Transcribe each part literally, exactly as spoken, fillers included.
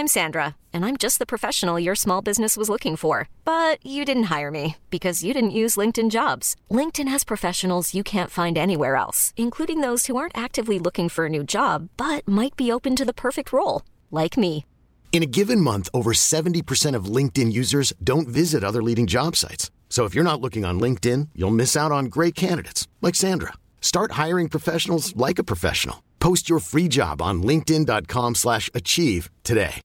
I'm Sandra, and I'm just the professional your small business was looking for. But you didn't hire me because you didn't use LinkedIn Jobs. LinkedIn has professionals you can't find anywhere else, including those who aren't actively looking for a new job, but might be open to the perfect role, like me. In a given month, over seventy percent of LinkedIn users don't visit other leading job sites. So if you're not looking on LinkedIn, you'll miss out on great candidates like Sandra. Start hiring professionals like a professional. Post your free job on linkedin.com slash achieve today.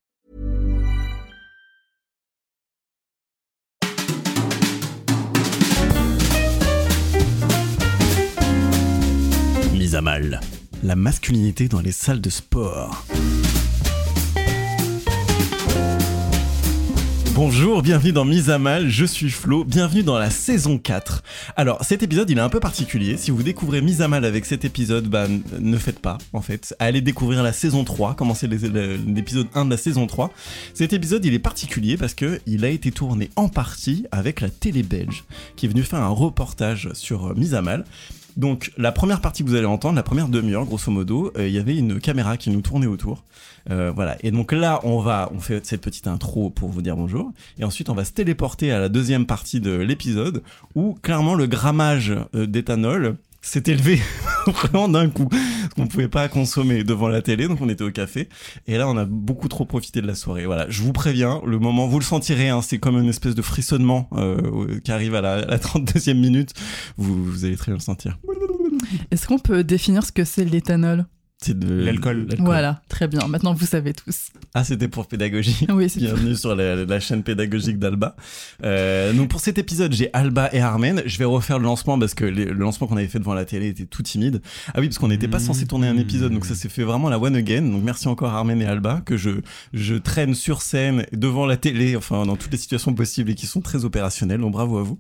Mise à mal. La masculinité dans les salles de sport. Bonjour, bienvenue dans Mise à mal, je suis Flo, bienvenue dans la saison quatre. Alors cet épisode il est un peu particulier, si vous découvrez Mise à mal avec cet épisode, bah ne faites pas en fait, allez découvrir la saison trois, commencez l'épisode un de la saison trois. Cet épisode il est particulier parce que il a été tourné en partie avec la télé belge qui est venue faire un reportage sur Mise à mal. Donc la première partie que vous allez entendre, la première demi-heure grosso modo, il euh, y avait une caméra qui nous tournait autour. Euh, voilà. Et donc là on va, on fait cette petite intro pour vous dire bonjour. Et ensuite on va se téléporter à la deuxième partie de l'épisode où clairement le grammage euh, d'éthanol s'est élevé vraiment d'un coup. Parce qu'on pouvait pas consommer devant la télé, donc on était au café. Et là, on a beaucoup trop profité de la soirée. Voilà, je vous préviens, le moment, vous le sentirez, hein, c'est comme une espèce de frissonnement euh, qui arrive à la, à la trente-deuxième minute. Vous, vous allez très bien le sentir. Est-ce qu'on peut définir ce que c'est l'éthanol ? C'est de l'alcool. l'alcool. Voilà, très bien. Maintenant, vous savez tous. Ah, c'était pour pédagogie. Oui, c'est Bienvenue tout. sur la, la chaîne pédagogique d'Alba. Euh, donc pour cet épisode, j'ai Alba et Armen. Je vais refaire le lancement parce que les, le lancement qu'on avait fait devant la télé était tout timide. Ah oui, parce qu'on n'était pas censé tourner un épisode, donc ça s'est fait vraiment la one again. Donc merci encore Armen et Alba que je je traîne sur scène devant la télé, enfin dans toutes les situations possibles et qui sont très opérationnelles. Donc bravo à vous.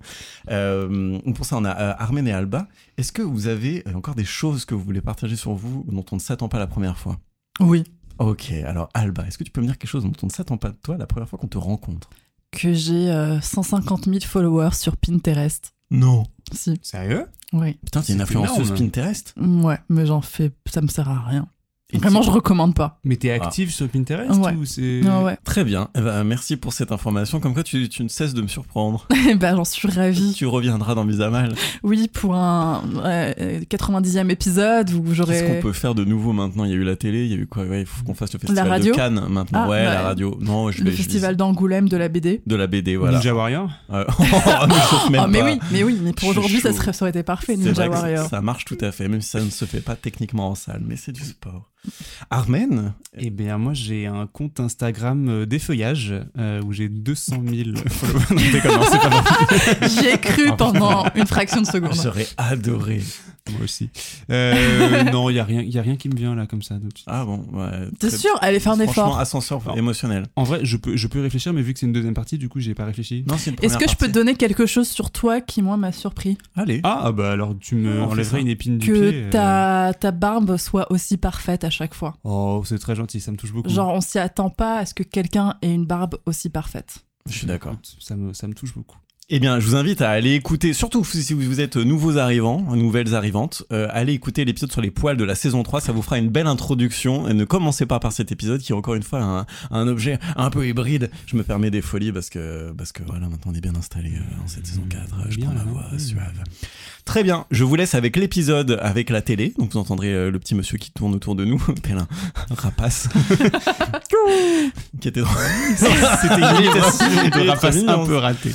Euh, pour ça, on a euh, Armen et Alba. Est-ce que vous avez encore des choses que vous voulez partager sur vous dont on ne s'attend pas la première fois ? Oui. Ok, alors Alba, est-ce que tu peux me dire quelque chose dont on ne s'attend pas de toi la première fois qu'on te rencontre ? Que j'ai euh, cent cinquante mille followers sur Pinterest. Non. Si. Sérieux ? Oui. Putain, t'es une C'est influenceuse énorme. Pinterest ? Ouais, mais j'en fais... Ça me sert à rien. Et Vraiment, tu- je recommande pas. Mais t'es active sur Pinterest Ouais. ou c'est... Non, ouais. Très bien, eh ben, merci pour cette information. Comme quoi, tu, tu ne cesses de me surprendre. bah, j'en suis ravie. Tu reviendras dans Mise à mal. Oui, pour un ouais, quatre-vingt-dixième épisode où j'aurais... Qu'est-ce qu'on peut faire de nouveau maintenant ? Il y a eu la télé, il y a eu quoi ? Ouais, il faut qu'on fasse le festival radio de Cannes maintenant. Ah, ouais, bah, la radio. Non, je Le vais je festival vise. d'Angoulême de la B D. De la B D, voilà. Ninja Warrior ? Euh, oh, ne chauffe même Oh, mais pas. oui, mais oui, mais pour Je suis aujourd'hui, ça, chaud. serait, ça aurait été parfait, C'est Ninja vrai que Warrior. ça marche tout à fait, même si ça ne se fait pas techniquement en salle, mais c'est du sport. Armen ? Eh bien, moi, j'ai un compte Instagram euh, d'effeuillage euh, où j'ai deux cent mille followers. Non, je déconne, non, c'est pas vrai. J'y ai cru pendant une fraction de seconde. J'aurais adoré. Moi aussi. Euh, non, il n'y a, rien- y a rien qui me vient là comme ça. tout de suite. Ah bon, ouais. T'es très- sûr ? Allez faire un Franchement, effort. ascenseur Alors, émotionnel. En vrai, je peux, je peux réfléchir, mais vu que c'est une deuxième partie, du coup, j'ai pas réfléchi. Non, c'est une Est-ce première que je peux partie. te donner quelque chose sur toi qui, moi, m'a surpris ? Allez. Ah, ah, bah alors tu me On fait enlèverais ça. une épine du Que pied. euh. ta, ta barbe soit aussi parfaite à chaque fois. Oh, c'est très gentil, ça me touche beaucoup. Genre, on s'y attend pas à ce que quelqu'un ait une barbe aussi parfaite. Je suis d'accord. Ça me, ça me touche beaucoup. Eh bien, je vous invite à aller écouter, surtout si vous êtes nouveaux arrivants, nouvelles arrivantes, euh, allez écouter l'épisode sur les poils de la saison trois, ça vous fera une belle introduction. Et ne commencez pas par cet épisode qui est encore une fois un, un objet un peu hybride. Je me permets des folies parce que, parce que voilà, maintenant on est bien installé euh, dans cette saison quatre. Je Bien, prends ma là, voix oui. suave. Très bien, je vous laisse avec l'épisode avec la télé. Donc vous entendrez euh, le petit monsieur qui tourne autour de nous, tel un, un rapace. qui était drôle. C'était une imitation de Très rapace mignon. un peu ratée.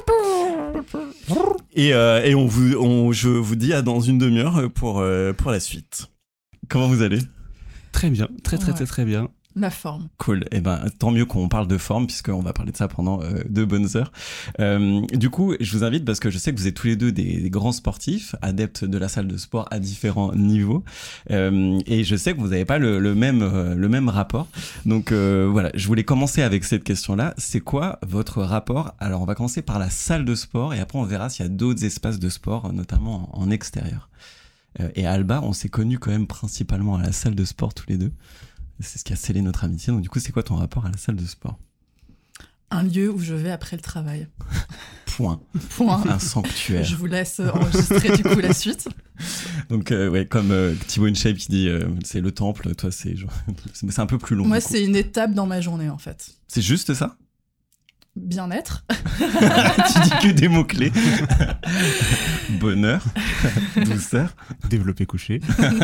Et, euh, et on vous, on, je vous dis à dans une demi-heure pour, euh, pour la suite. Comment vous allez ? Très bien, très très Ouais. très très bien. La forme. Cool. Eh ben, tant mieux qu'on parle de forme, puisqu'on va parler de ça pendant euh, deux bonnes heures. Euh, du coup, je vous invite, parce que je sais que vous êtes tous les deux des, des grands sportifs, adeptes de la salle de sport à différents niveaux. Euh, et je sais que vous n'avez pas le, le, même, euh, le même rapport. Donc euh, voilà, je voulais commencer avec cette question-là. C'est quoi votre rapport ? Alors, on va commencer par la salle de sport, et après, on verra s'il y a d'autres espaces de sport, notamment en, en extérieur. Euh, et à Alba, on s'est connus quand même principalement à la salle de sport tous les deux. C'est ce qui a scellé notre amitié. Donc du coup, c'est quoi ton rapport à la salle de sport ? Un lieu où je vais après le travail. Point. Point. Un sanctuaire. Je vous laisse enregistrer du coup la suite. Donc, euh, ouais, comme euh, Thibaut InShape qui dit euh, c'est le temple, toi, c'est, genre, c'est un peu plus long. Moi, c'est une étape dans ma journée en fait. C'est juste ça? Bien-être. Tu dis que des mots-clés. Bonheur, douceur, développé couché.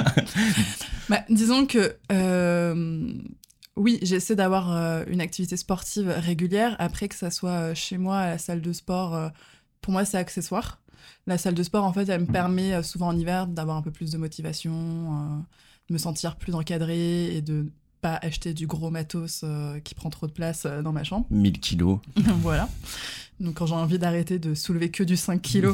Bah, disons que euh, oui, j'essaie d'avoir euh, une activité sportive régulière. Après, que ça soit chez moi, à la salle de sport, euh, pour moi, c'est accessoire. La salle de sport, en fait, elle me permet euh, souvent en hiver d'avoir un peu plus de motivation, euh, de me sentir plus encadrée et de pas acheter du gros matos euh, qui prend trop de place euh, dans ma chambre. mille kilos. Voilà. Donc quand j'ai envie d'arrêter de soulever que du cinq kilos,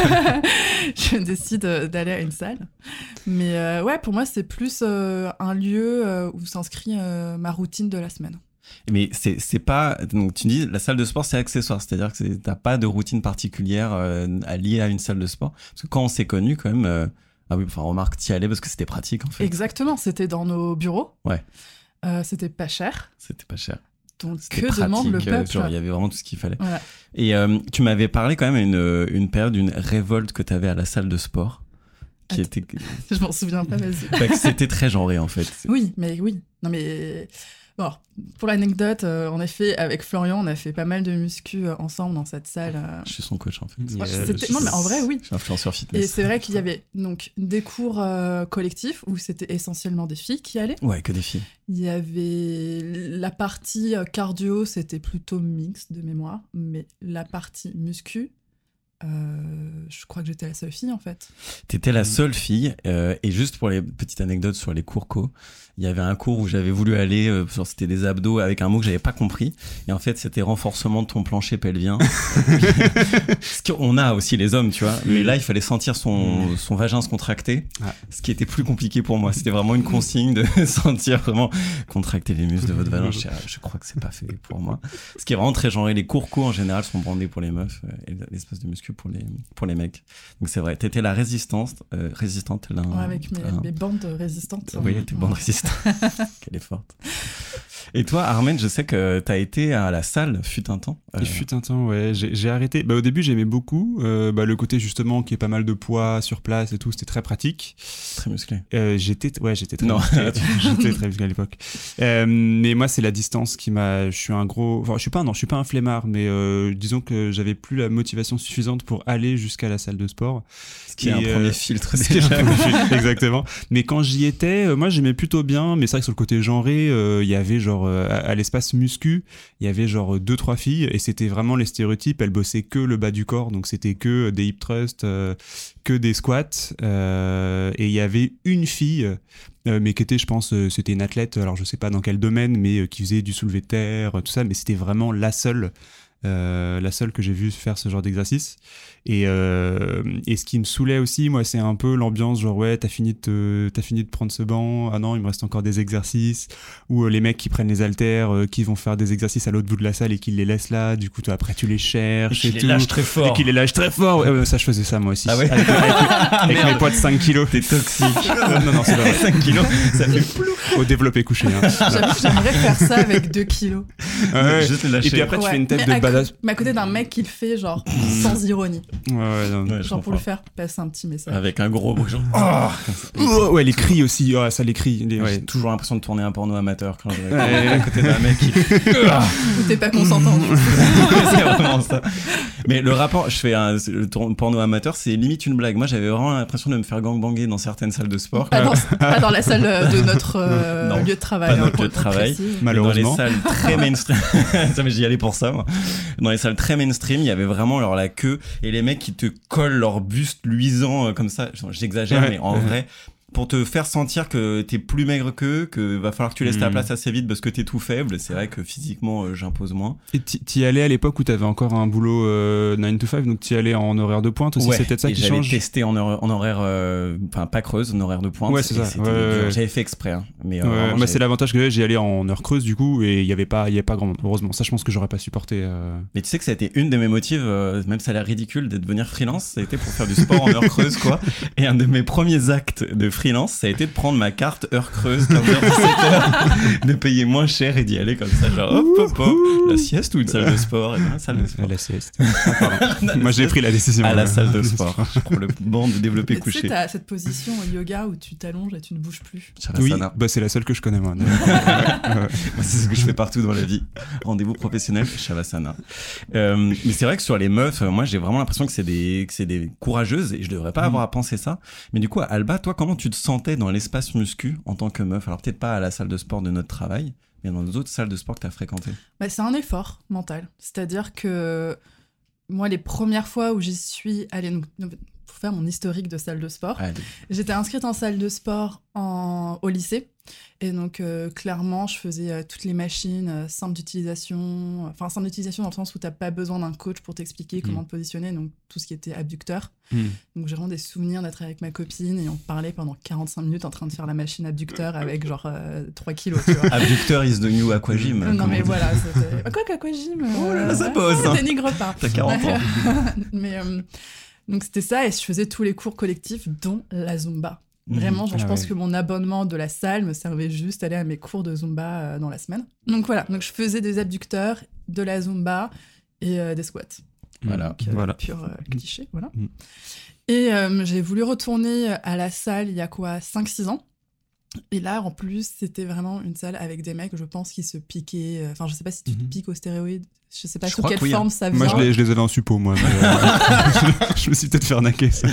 je décide euh, d'aller à une salle. Mais euh, ouais, pour moi, c'est plus euh, un lieu euh, où s'inscrit euh, ma routine de la semaine. Mais c'est, c'est pas... Donc tu dis, la salle de sport, c'est accessoire. C'est-à-dire que c'est, t'as pas de routine particulière euh, à lier à une salle de sport. Parce que quand on s'est connus, quand même... Euh, ah oui, enfin, remarque, t'y allais parce que c'était pratique, en fait. Exactement, c'était dans nos bureaux. Ouais. Euh, c'était pas cher. C'était pas cher. Donc, c'était que pratique, demande le euh, peuple? genre, il y avait vraiment tout ce qu'il fallait. Voilà. Et euh, tu m'avais parlé quand même une, une période, d'une révolte que t'avais à la salle de sport. Qui Attends. était... Je m'en souviens pas, vas-y. Bah, que c'était très genré, en fait. Oui, mais oui. Non, mais... Bon, pour l'anecdote, euh, en effet, avec Florian, on a fait pas mal de muscu euh, ensemble dans cette salle. Euh... Je suis son coach, en fait. Ouais, Euh, c'était- Non, mais en vrai, oui. Je suis influenceur fitness. Et c'est vrai qu'il y avait donc des cours euh, collectifs où c'était essentiellement des filles qui allaient. Ouais, que des filles. Il y avait la partie euh, cardio, c'était plutôt mix de mémoire, mais la partie muscu, euh, je crois que j'étais la seule fille en fait. T'étais la seule fille, euh, et juste pour les petites anecdotes sur les cours co, il y avait un cours où j'avais voulu aller, euh, genre c'était des abdos avec un mot que j'avais pas compris, et en fait c'était renforcement de ton plancher pelvien. Ce qu'on a aussi les hommes, tu vois, mais là il fallait sentir son, son vagin se contracter, Ah. ce qui était plus compliqué pour moi. C'était vraiment une consigne de sentir vraiment contracter les muscles de votre vagin. Je, je crois que c'est pas fait pour moi. Ce qui est vraiment très genré. Les cours co en général sont brandés pour les meufs, euh, et l'espace de muscu pour les, pour les mecs. Donc c'est vrai, t'étais la résistance, euh, résistante là. Ouais, avec mes, un- mes bandes résistantes. Oui, t'es Ouais. bande résistante. Qu'elle est forte. Et toi, Armen, je sais que t'as été à la salle, fut un temps. Euh, Il fut un temps, ouais. J'ai, j'ai arrêté. Bah, au début, j'aimais beaucoup. Euh, bah, le côté, justement, qui est pas mal de poids sur place et tout, c'était très pratique. Très musclé. Euh, j'étais, ouais, j'étais très Non. musclé. J'étais très musclé à l'époque. Euh, mais moi, c'est la distance qui m'a. Je suis un gros. Enfin, je suis pas, non, je suis pas un flemmard, mais euh, disons que j'avais plus la motivation suffisante pour aller jusqu'à la salle de sport. Ce qui est un Et, euh, premier filtre Ce qui est un déjà. premier filtre, exactement. Mais quand j'y étais, euh, moi, j'aimais plutôt bien. Mais c'est vrai que sur le côté genré, euh, il y avait genre euh, à, à l'espace muscu, il y avait genre deux trois filles et c'était vraiment les stéréotypes. Elles bossaient que le bas du corps, donc c'était que des hip thrusts, euh, que des squats. Euh, et il y avait une fille, euh, mais qui était, je pense, euh, c'était une athlète. Alors je sais pas dans quel domaine, mais euh, qui faisait du soulevé de terre, euh, tout ça. Mais c'était vraiment la seule. Euh, la seule que j'ai vue faire ce genre d'exercice. Et, euh, et ce qui me saoulait aussi, moi, c'est un peu l'ambiance genre, ouais, t'as fini, de te, t'as fini de prendre ce banc, ah non, il me reste encore des exercices, ou euh, les mecs qui prennent les haltères, euh, qui vont faire des exercices à l'autre bout de la salle et qui les laissent là, du coup, toi, après, tu les cherches et, Et qu'il les tout. lâche très Et fort. qui les lâche très fort. Ouais, ouais, ça, je faisais ça, moi aussi. Ah ouais Avec, avec- avec mes poids de cinq kilos. T'es toxique. non, non, c'est pas vrai. cinq kilos, ça fait plou. Au développé couché. Hein. J'avoue que j'aimerais faire ça avec deux kilos. Ouais, ouais. Juste le lâcher. Et puis après, tu Ouais. fais une tête mais de à, badass. mais à côté d'un mec qui le fait, genre, sans ironie. Ouais, ouais, non. Ouais, je Genre, pour le comprends. faire passer un petit message. Avec un gros bruit, genre. Oh, ouais, les cris aussi. Oh, ça, les cris. Les- J'ai ouais. toujours l'impression de tourner un porno amateur quand je vais Ouais. à côté d'un mec qui. T'es pas consentant. du coup. C'est vraiment ça. Mais le rapport, je fais un le tour- porno amateur, c'est limite une blague. Moi, j'avais vraiment l'impression de me faire gangbanger dans certaines salles de sport. Pas dans, pas dans la salle de notre euh, Non, lieu de travail. pas hein, notre pour- lieu de pour travail. préciser. Malheureusement. Dans les salles très mainstream, ça, mais j'y allais pour ça, moi. Dans les salles très mainstream, il y avait vraiment alors la queue et les mecs qui te collent leur buste luisant euh, comme ça. J'exagère, Ouais. mais en vrai, pour te faire sentir que t'es plus maigre qu'eux, que va falloir que tu laisses ta Mm. place assez vite parce que t'es tout faible. C'est vrai que physiquement, euh, j'impose moins. Et t'y t'y allais à l'époque où t'avais encore un boulot euh, nine to five, donc t'y allais en horaire de pointe aussi, Ouais, c'est peut-être ça et qui j'avais change. testé en, heure- en horaire, euh, enfin pas creuse, en horaire de pointe. Ouais, c'est et ça. c'était Ouais, dur. ouais. J'avais fait exprès, hein, mais euh, Ouais, vraiment, moi j'avais- c'est l'avantage que j'y allais en heure creuse du coup et il y avait pas il y avait pas grand monde, heureusement. Ça je pense que j'aurais pas supporté. euh. Mais tu sais que ça a été une de mes motifs, euh, même ça a l'air ridicule, de devenir freelance. Ça a été pour faire du sport en heure creuse, quoi. Et un de mes premiers actes de freelance, freelance, ça a été de prendre ma carte heure creuse, quinze heures dix-sept heures, de payer moins cher et d'y aller comme ça, genre hop hop hop, la sieste ou une salle de sport, et bien la salle de sport. La sieste. Ah, moi j'ai pris la décision. À la salle de sport. Je prends le banc de développé Mais couché. Tu sais, t'as cette position au yoga où tu t'allonges et tu ne bouges plus. Oui, Shavasana. bah c'est la seule que je connais moi. Ouais, ouais. Moi, c'est ce que je fais partout dans la vie. Rendez-vous professionnel, Shavasana. Euh, mais c'est vrai que sur les meufs, moi j'ai vraiment l'impression que c'est des, que c'est des courageuses et je devrais pas avoir à penser ça. Mais du coup, Alba, toi, comment tu te sentais dans l'espace muscu en tant que meuf? Alors peut-être pas à la salle de sport de notre travail, mais dans d'autres salles de sport que tu as fréquentées. Bah, c'est un effort mental. C'est-à-dire que moi, les premières fois où j'y suis allée, donc, pour faire mon historique de salle de sport, Allez. j'étais inscrite en salle de sport en... au lycée. Et donc, euh, clairement, je faisais euh, toutes les machines euh, simples d'utilisation. Enfin, simples d'utilisation dans le sens où tu n'as pas besoin d'un coach pour t'expliquer comment Mmh. te positionner. Donc, tout ce qui était abducteur. Mmh. Donc, j'ai vraiment des souvenirs d'être avec ma copine et on parlait pendant quarante-cinq minutes en train de faire la machine abducteur avec genre euh, trois kilos, tu vois. Abducteur is the new aquagym. non, comme mais on dit. voilà. C'était... Quoi qu'aquagym Oh là là, ça euh, pose, hein. Dénigre pas. T'as quarante ans. mais euh, donc, c'était ça et je faisais tous les cours collectifs, dont la Zumba. Mhm. Vraiment, genre, Ah je pense ouais. que mon abonnement de la salle me servait juste à aller à mes cours de Zumba euh, dans la semaine. Donc voilà, donc je faisais des abducteurs, de la Zumba et euh, des squats. Voilà. Donc, euh, Voilà. pur euh, cliché, voilà. Mhm. Et euh, j'ai voulu retourner à la salle il y a quoi, cinq six ans. Et là, en plus, c'était vraiment une salle avec des mecs, je pense, qui se piquaient. euh, Enfin, je sais pas si tu te Mhm. piques aux stéroïdes. Je sais pas Je sous crois quelle que oui, forme hein. ça vient. Moi je les, je les avais en suppo moi. mais, euh, je me suis peut-être fait arnaquer ça.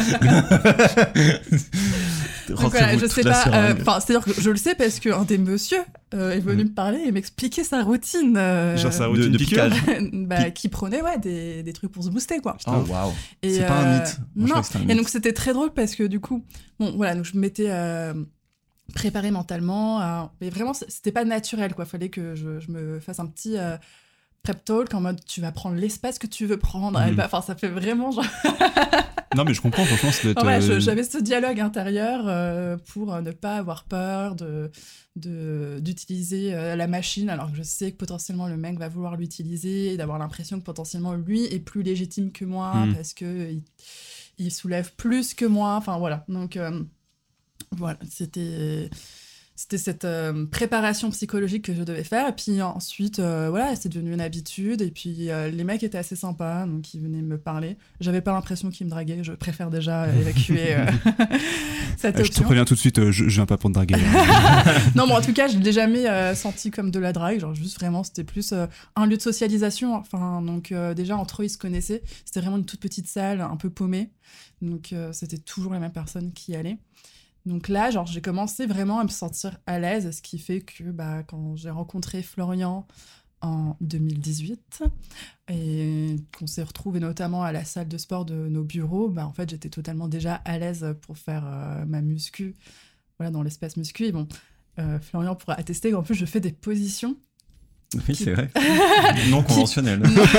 Donc voilà, Rentrez-vous je toute sais la pas. seringue. Enfin, c'est-à-dire que je le sais parce qu'un des messieurs euh, est venu Mhm. me parler et m'expliquer sa routine. euh, Genre sa de- routine de piqûre. piquage. bah, qui prenait ouais, des, des trucs pour se booster, quoi. Oh waouh. Et, C'est pas un euh, mythe. Moi, je non. crois que c'est un Et mythe. donc c'était très drôle parce que du coup, bon, voilà, donc je m'étais euh, préparée mentalement. à- Mais vraiment, c- c'était pas naturel, quoi. Fallait que je, je me fasse un petit euh, prep talk en mode tu vas prendre l'espace que tu veux prendre. Mhm. Et bah, enfin, ça fait vraiment genre. Non mais je comprends franchement ça doit être, Enfin, voilà, je- euh, j'avais ce dialogue intérieur euh, pour euh, ne pas avoir peur de, de, d'utiliser euh, la machine alors que je sais que potentiellement le mec va vouloir l'utiliser et d'avoir l'impression que potentiellement lui est plus légitime que moi Mm. parce que il, il soulève plus que moi. Enfin voilà, donc euh, voilà, c'était... C'était cette euh, préparation psychologique que je devais faire. Et puis ensuite, euh, voilà, c'est devenu une habitude. Et puis euh, les mecs étaient assez sympas, donc ils venaient me parler. J'avais pas l'impression qu'ils me draguaient. Je préfère déjà évacuer euh, cette euh, je te option. préviens tout de suite, euh, je, je viens pas pour te draguer. Non, mais en tout cas, je l'ai jamais euh, senti comme de la drague. Genre, juste vraiment, c'était plus euh, un lieu de socialisation. Enfin, donc euh, déjà, entre eux, ils se connaissaient. C'était vraiment une toute petite salle, un peu paumée. Donc, euh, c'était toujours les mêmes personnes qui y allaient. Donc là, genre, j'ai commencé vraiment à me sentir à l'aise, ce qui fait que bah, quand j'ai rencontré Florian en deux mille dix-huit et qu'on s'est retrouvés notamment à la salle de sport de nos bureaux, bah, en fait, j'étais totalement déjà à l'aise pour faire euh, ma muscu, voilà, dans l'espace muscu. Et bon, euh, Florian pourra attester qu'en plus, je fais des positions. Oui, c'est vrai. Non conventionnel.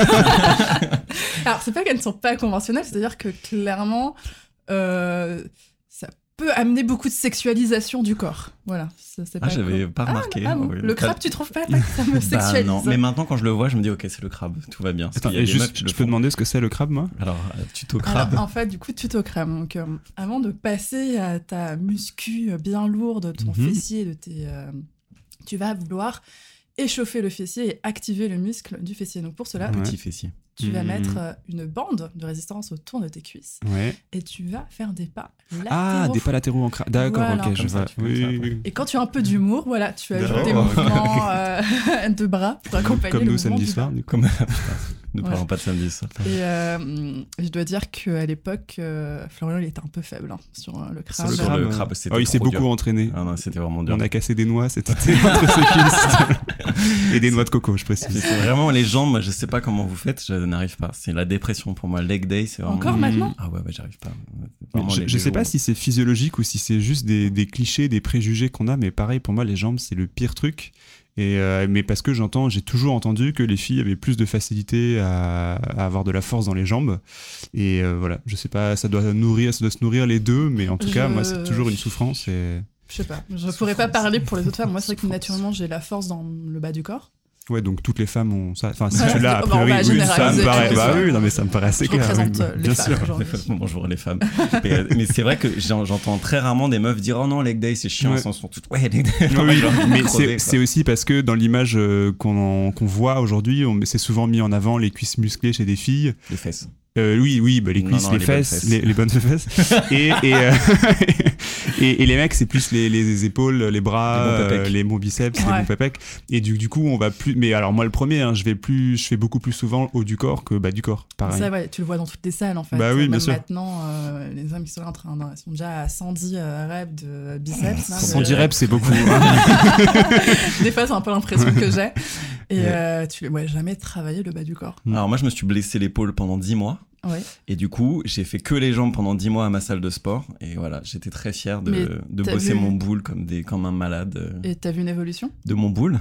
Alors, c'est pas qu'elles ne sont pas conventionnelles, c'est-à-dire que clairement, euh, ça peut amener beaucoup de sexualisation du corps. Voilà. Ça, c'est Ah, pas j'avais cool. pas remarqué. Ah bon, Oui, le pas- crabe, tu trouves pas, pas que ça me Bah sexualise? non, mais maintenant quand je le vois, je me dis ok, c'est le crabe, tout va bien. Parce Attends, qu'il y a et des juste, meufs qui je le peux font. demander ce que c'est le crabe moi? Alors, euh, tuto crabe. Alors, en fait, du coup, tuto crabe. Donc, euh, avant de passer à ta muscu bien lourde, de ton Mhm. fessier, de tes, euh, tu vas vouloir échauffer le fessier et activer le muscle du fessier. Donc, pour cela, Ouais. Petit fessier. tu vas Mhm. mettre euh, une bande de résistance autour de tes cuisses Ouais. et tu vas faire des pas latéraux. Ah, des pas latéraux en crabe. D'accord, Voilà, ok, comme je ça, vois. tu fais Oui, ça, oui, après. oui. Et quand tu as un peu d'humour, voilà, tu ajoutes D'accord. des mouvements euh, de bras pour accompagner Comme le nous mouvement samedi du soir, bas. du coup. Comme ne Ouais. parlons pas de samedi soir. Et euh, je dois dire qu'à l'époque, euh, Florian, il était un peu faible hein, sur euh, le crabe. Sur Sur crabe, le euh, crabe, c'était Oh, il s'est trop beaucoup dur. entraîné. Ah non, c'était vraiment dur. On a cassé des noix cet été entre ses cuisses. Et des noix de coco, je précise. C'est vraiment les jambes, moi, je sais pas comment vous faites, je n'arrive pas. C'est la dépression pour moi. Leg day, c'est vraiment. Encore Mm. maintenant? Ah ouais, ouais, j'arrive pas. Mais Vraiment, je, les- je les sais pas jours- si c'est physiologique ou si c'est juste des, des clichés, des préjugés qu'on a, mais pareil, pour moi, les jambes, c'est le pire truc. Et euh, mais parce que j'entends, j'ai toujours entendu que les filles avaient plus de facilité à, à avoir de la force dans les jambes. Et euh, voilà, je sais pas, ça doit nourrir, ça doit se nourrir les deux, mais en tout cas, Je- moi, c'est toujours une souffrance. Et... Je sais pas, je pourrais pas parler pour les autres femmes. Moi, c'est vrai que naturellement, j'ai la force dans le bas du corps. Ouais, donc toutes les femmes ont ça. Enfin, si Ouais, tu l'as, a bah, on priori, va oui, ça me généraliser, paraît. bien Bah sûr. oui, non, mais ça me paraît assez Je clair. représente, oui, euh, les bien femmes sûr. aujourd'hui. Bonjour les femmes. mais, euh, mais c'est vrai que j'en- j'entends très rarement des meufs dire oh non leg day c'est chiant, Ouais. elles s'en sont toutes ouais leg day. Oui, Genre, mais crever, c'est quoi. c'est aussi parce que dans l'image euh, qu'on qu'on voit aujourd'hui, on- c'est souvent mis en avant les cuisses musclées chez des filles. Les fesses. Euh, oui, oui, bah, les Non, cuisses, non, les, les bonnes fesses, fesses. Les, les bonnes fesses. et, et, euh, et, et les mecs, c'est plus les, les épaules, les bras, Les bons euh, pépecs. les bons biceps, les Ouais. bons pépecs. Et du, du coup, on va plus. Mais alors, moi, le premier, hein, je vais plus, je fais beaucoup plus souvent haut du corps que bas du corps. Pareil. Ça, ouais, tu le vois dans toutes les salles en fait. Bah oui, Même bien sûr. maintenant, euh, les hommes qui sont en train, ils sont déjà à cent dix euh, reps de biceps. là, cent dix de- reps, c'est beaucoup. hein. Des fois, c'est un peu l'impression que j'ai. Et Ouais. euh, tu ouais, jamais travaillé le bas du corps. Alors moi je me suis blessé l'épaule pendant dix mois. Ouais. Et du coup, j'ai fait que les jambes pendant dix mois à ma salle de sport. Et voilà, j'étais très fier de, Mais de t'as bosser vu- mon boule comme, des, comme un malade. euh, Et t'as vu une évolution De mon boule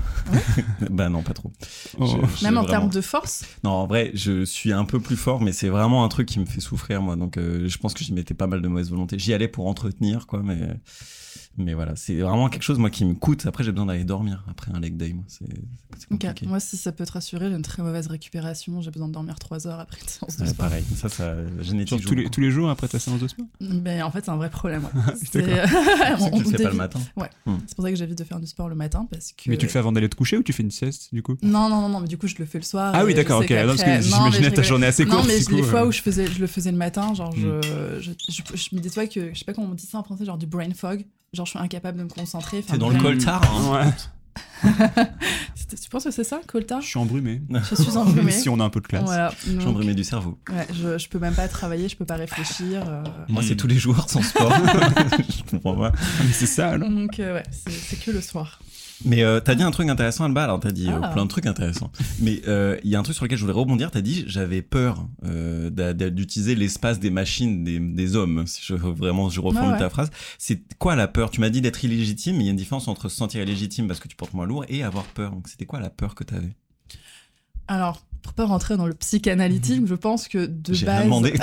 Bah non, pas trop. Oh. Je- je- Même en vraiment- termes de force. Non, en vrai, je suis un peu plus fort, mais c'est vraiment un truc qui me fait souffrir, moi. Donc euh, je pense que j'y mettais pas mal de mauvaise volonté. J'y allais pour entretenir, quoi, mais... Mais voilà, c'est vraiment quelque chose, moi, qui me coûte. Après, j'ai besoin d'aller dormir après un leg day, moi. C'est c'est Ok. compliqué. Moi, si ça peut te rassurer, j'ai une très mauvaise récupération. J'ai besoin de dormir trois heures après une séance de Ouais, sport. pareil, ça, ça, génétique. Genre joue tous les, beaucoup. tous les jours après ta séance de sport. Mais en fait, c'est un vrai problème. Ouais. D'accord. C'est on- que tu on le fais pas le dévie- matin. C'est pour ça que j'évite de faire du sport le matin parce que. Mais tu le fais avant d'aller te coucher ou tu fais une sieste du coup? Non, non, non, non, mais du coup, je le fais le soir. Ah et oui, je d'accord, sais ok. Non, parce qu'après- que Non, mais j'imaginais je ta rigole. journée assez courte. Non, mais du je- coup, les fois euh. où je, faisais, je le faisais le matin, genre, je, je, je, je me disais que, je sais pas comment on dit ça en français, genre du brain fog. Genre, je suis incapable de me concentrer. Enfin, T'es dans le vraiment- coltard, hein. Ouais. C'était- Tu penses que c'est ça, coltard? Je suis embrumé. Je suis embrumée. Si on a un peu de classe. Voilà. J'ai Donc, embrumé du cerveau. ouais, je, je peux même pas travailler, je peux pas réfléchir. euh. Moi, c'est tous les jours sans sport. Je comprends pas. Ah, mais c'est ça alors. Donc, euh, ouais, c'est c'est que le soir. Mais euh, t'as dit un truc intéressant, Alba. Alors, t'as dit euh, Ah. plein de trucs intéressants. Mais euh, il y a un truc sur lequel je voulais rebondir. T'as dit j'avais peur euh, d'a- d'a- d'utiliser l'espace des machines des, des hommes. Si je vraiment je reformule Ouais, ouais. ta phrase. C'est quoi la peur? Tu m'as dit d'être illégitime, mais il y a une différence entre se sentir illégitime parce que tu portes moins lourd et avoir peur. Donc, c'était quoi la peur que t'avais? Alors, pour pas rentrer dans le psychanalytique, je pense que de J'ai base. rien demandé. Je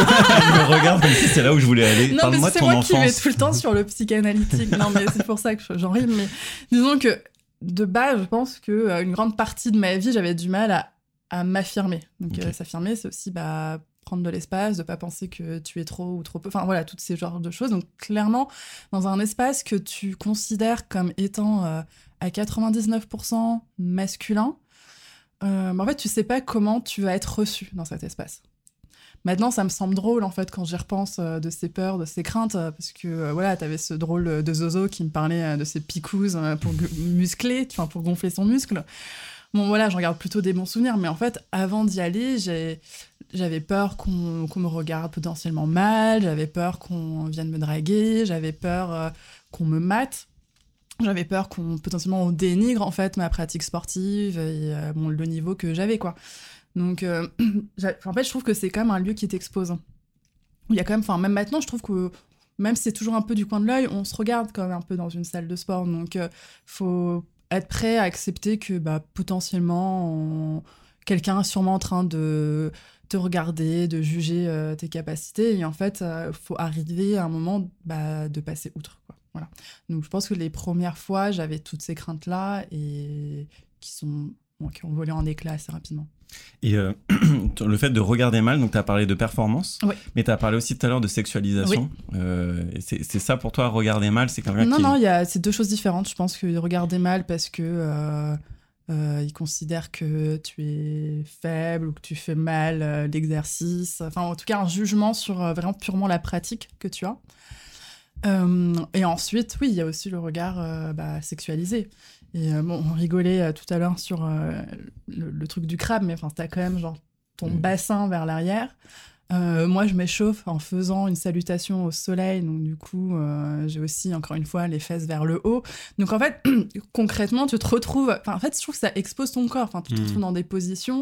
me regarde comme si c'est là où je voulais aller. Non, mais Parle-moi de c'est ton moi qui vais enfance. tout le temps sur le psychanalytique. Non, mais c'est pour ça que j'en ris. Mais disons que de base, je pense que euh, une grande partie de ma vie, j'avais du mal à, à m'affirmer. Donc, Ok. euh, s'affirmer, c'est aussi bah, prendre de l'espace, de pas penser que tu es trop ou trop peu. Enfin, voilà, toutes ces genres de choses. Donc, clairement, dans un espace que tu considères comme étant euh, à quatre-vingt-dix-neuf pour cent masculin, euh, bah, en fait, tu sais pas comment tu vas être reçu dans cet espace. Maintenant, ça me semble drôle, en fait, quand j'y repense euh, de ces peurs, de ces craintes, euh, parce que, euh, voilà, t'avais ce drôle de Zozo qui me parlait euh, de ses picouses euh, pour gu- muscler, enfin, pour gonfler son muscle. Bon, voilà, j'en garde plutôt des bons souvenirs, mais en fait, avant d'y aller, j'ai- j'avais peur qu'on qu'on me regarde potentiellement mal, j'avais peur qu'on vienne me draguer, j'avais peur euh, qu'on me mate. J'avais peur qu'on potentiellement on dénigre en fait ma pratique sportive et euh, bon, le niveau que j'avais quoi. Donc euh, j'a- en fait je trouve que c'est quand même un lieu qui t'expose. Il y a quand même, enfin même maintenant je trouve que même si c'est toujours un peu du coin de l'œil, on se regarde quand même un peu dans une salle de sport. Donc euh, faut être prêt à accepter que bah, potentiellement on- quelqu'un est sûrement en train de te regarder, de juger euh, tes capacités et en fait euh, faut arriver à un moment bah, de passer outre quoi. Voilà. Donc je pense que les premières fois, j'avais toutes ces craintes-là et qui, sont, bon, qui ont volé en éclats assez rapidement. Et euh, le fait de regarder mal, donc tu as parlé de performance, Oui. mais tu as parlé aussi tout à l'heure de sexualisation. Euh, et c'est c'est ça pour toi, regarder mal, c'est quelqu'un Non, qui... non, il y a, c'est deux choses différentes. Je pense que regarder mal parce que euh, euh, ils considèrent que tu es faible ou que tu fais mal euh, l'exercice. Enfin, en tout cas, un jugement sur euh, vraiment purement la pratique que tu as. Euh, et ensuite, oui, il y a aussi le regard euh, bah, sexualisé. Et euh, bon, on rigolait euh, tout à l'heure sur euh, le, le truc du crabe, mais enfin, t'as quand même genre ton Mm. bassin vers l'arrière. Euh, moi, je m'échauffe en faisant une salutation au soleil, donc du coup, euh, j'ai aussi, encore une fois, les fesses vers le haut. Donc en fait, concrètement, tu te retrouves... Enfin, en fait, je trouve que ça expose ton corps. Enfin, tu te Mm. retrouves dans des positions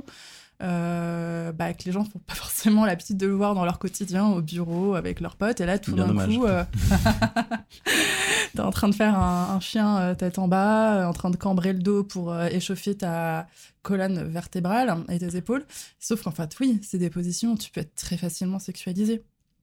euh, bah, que les gens font pas forcément l'habitude de le voir dans leur quotidien, au bureau, avec leurs potes. Et là, tout Bien d'un dommage. coup, euh, t'es en train de faire un, un chien euh, tête en bas, euh, en train de cambrer le dos pour euh, échauffer ta colonne vertébrale et tes épaules. Sauf qu'en fait, oui, c'est des positions où tu peux être très facilement sexualisé.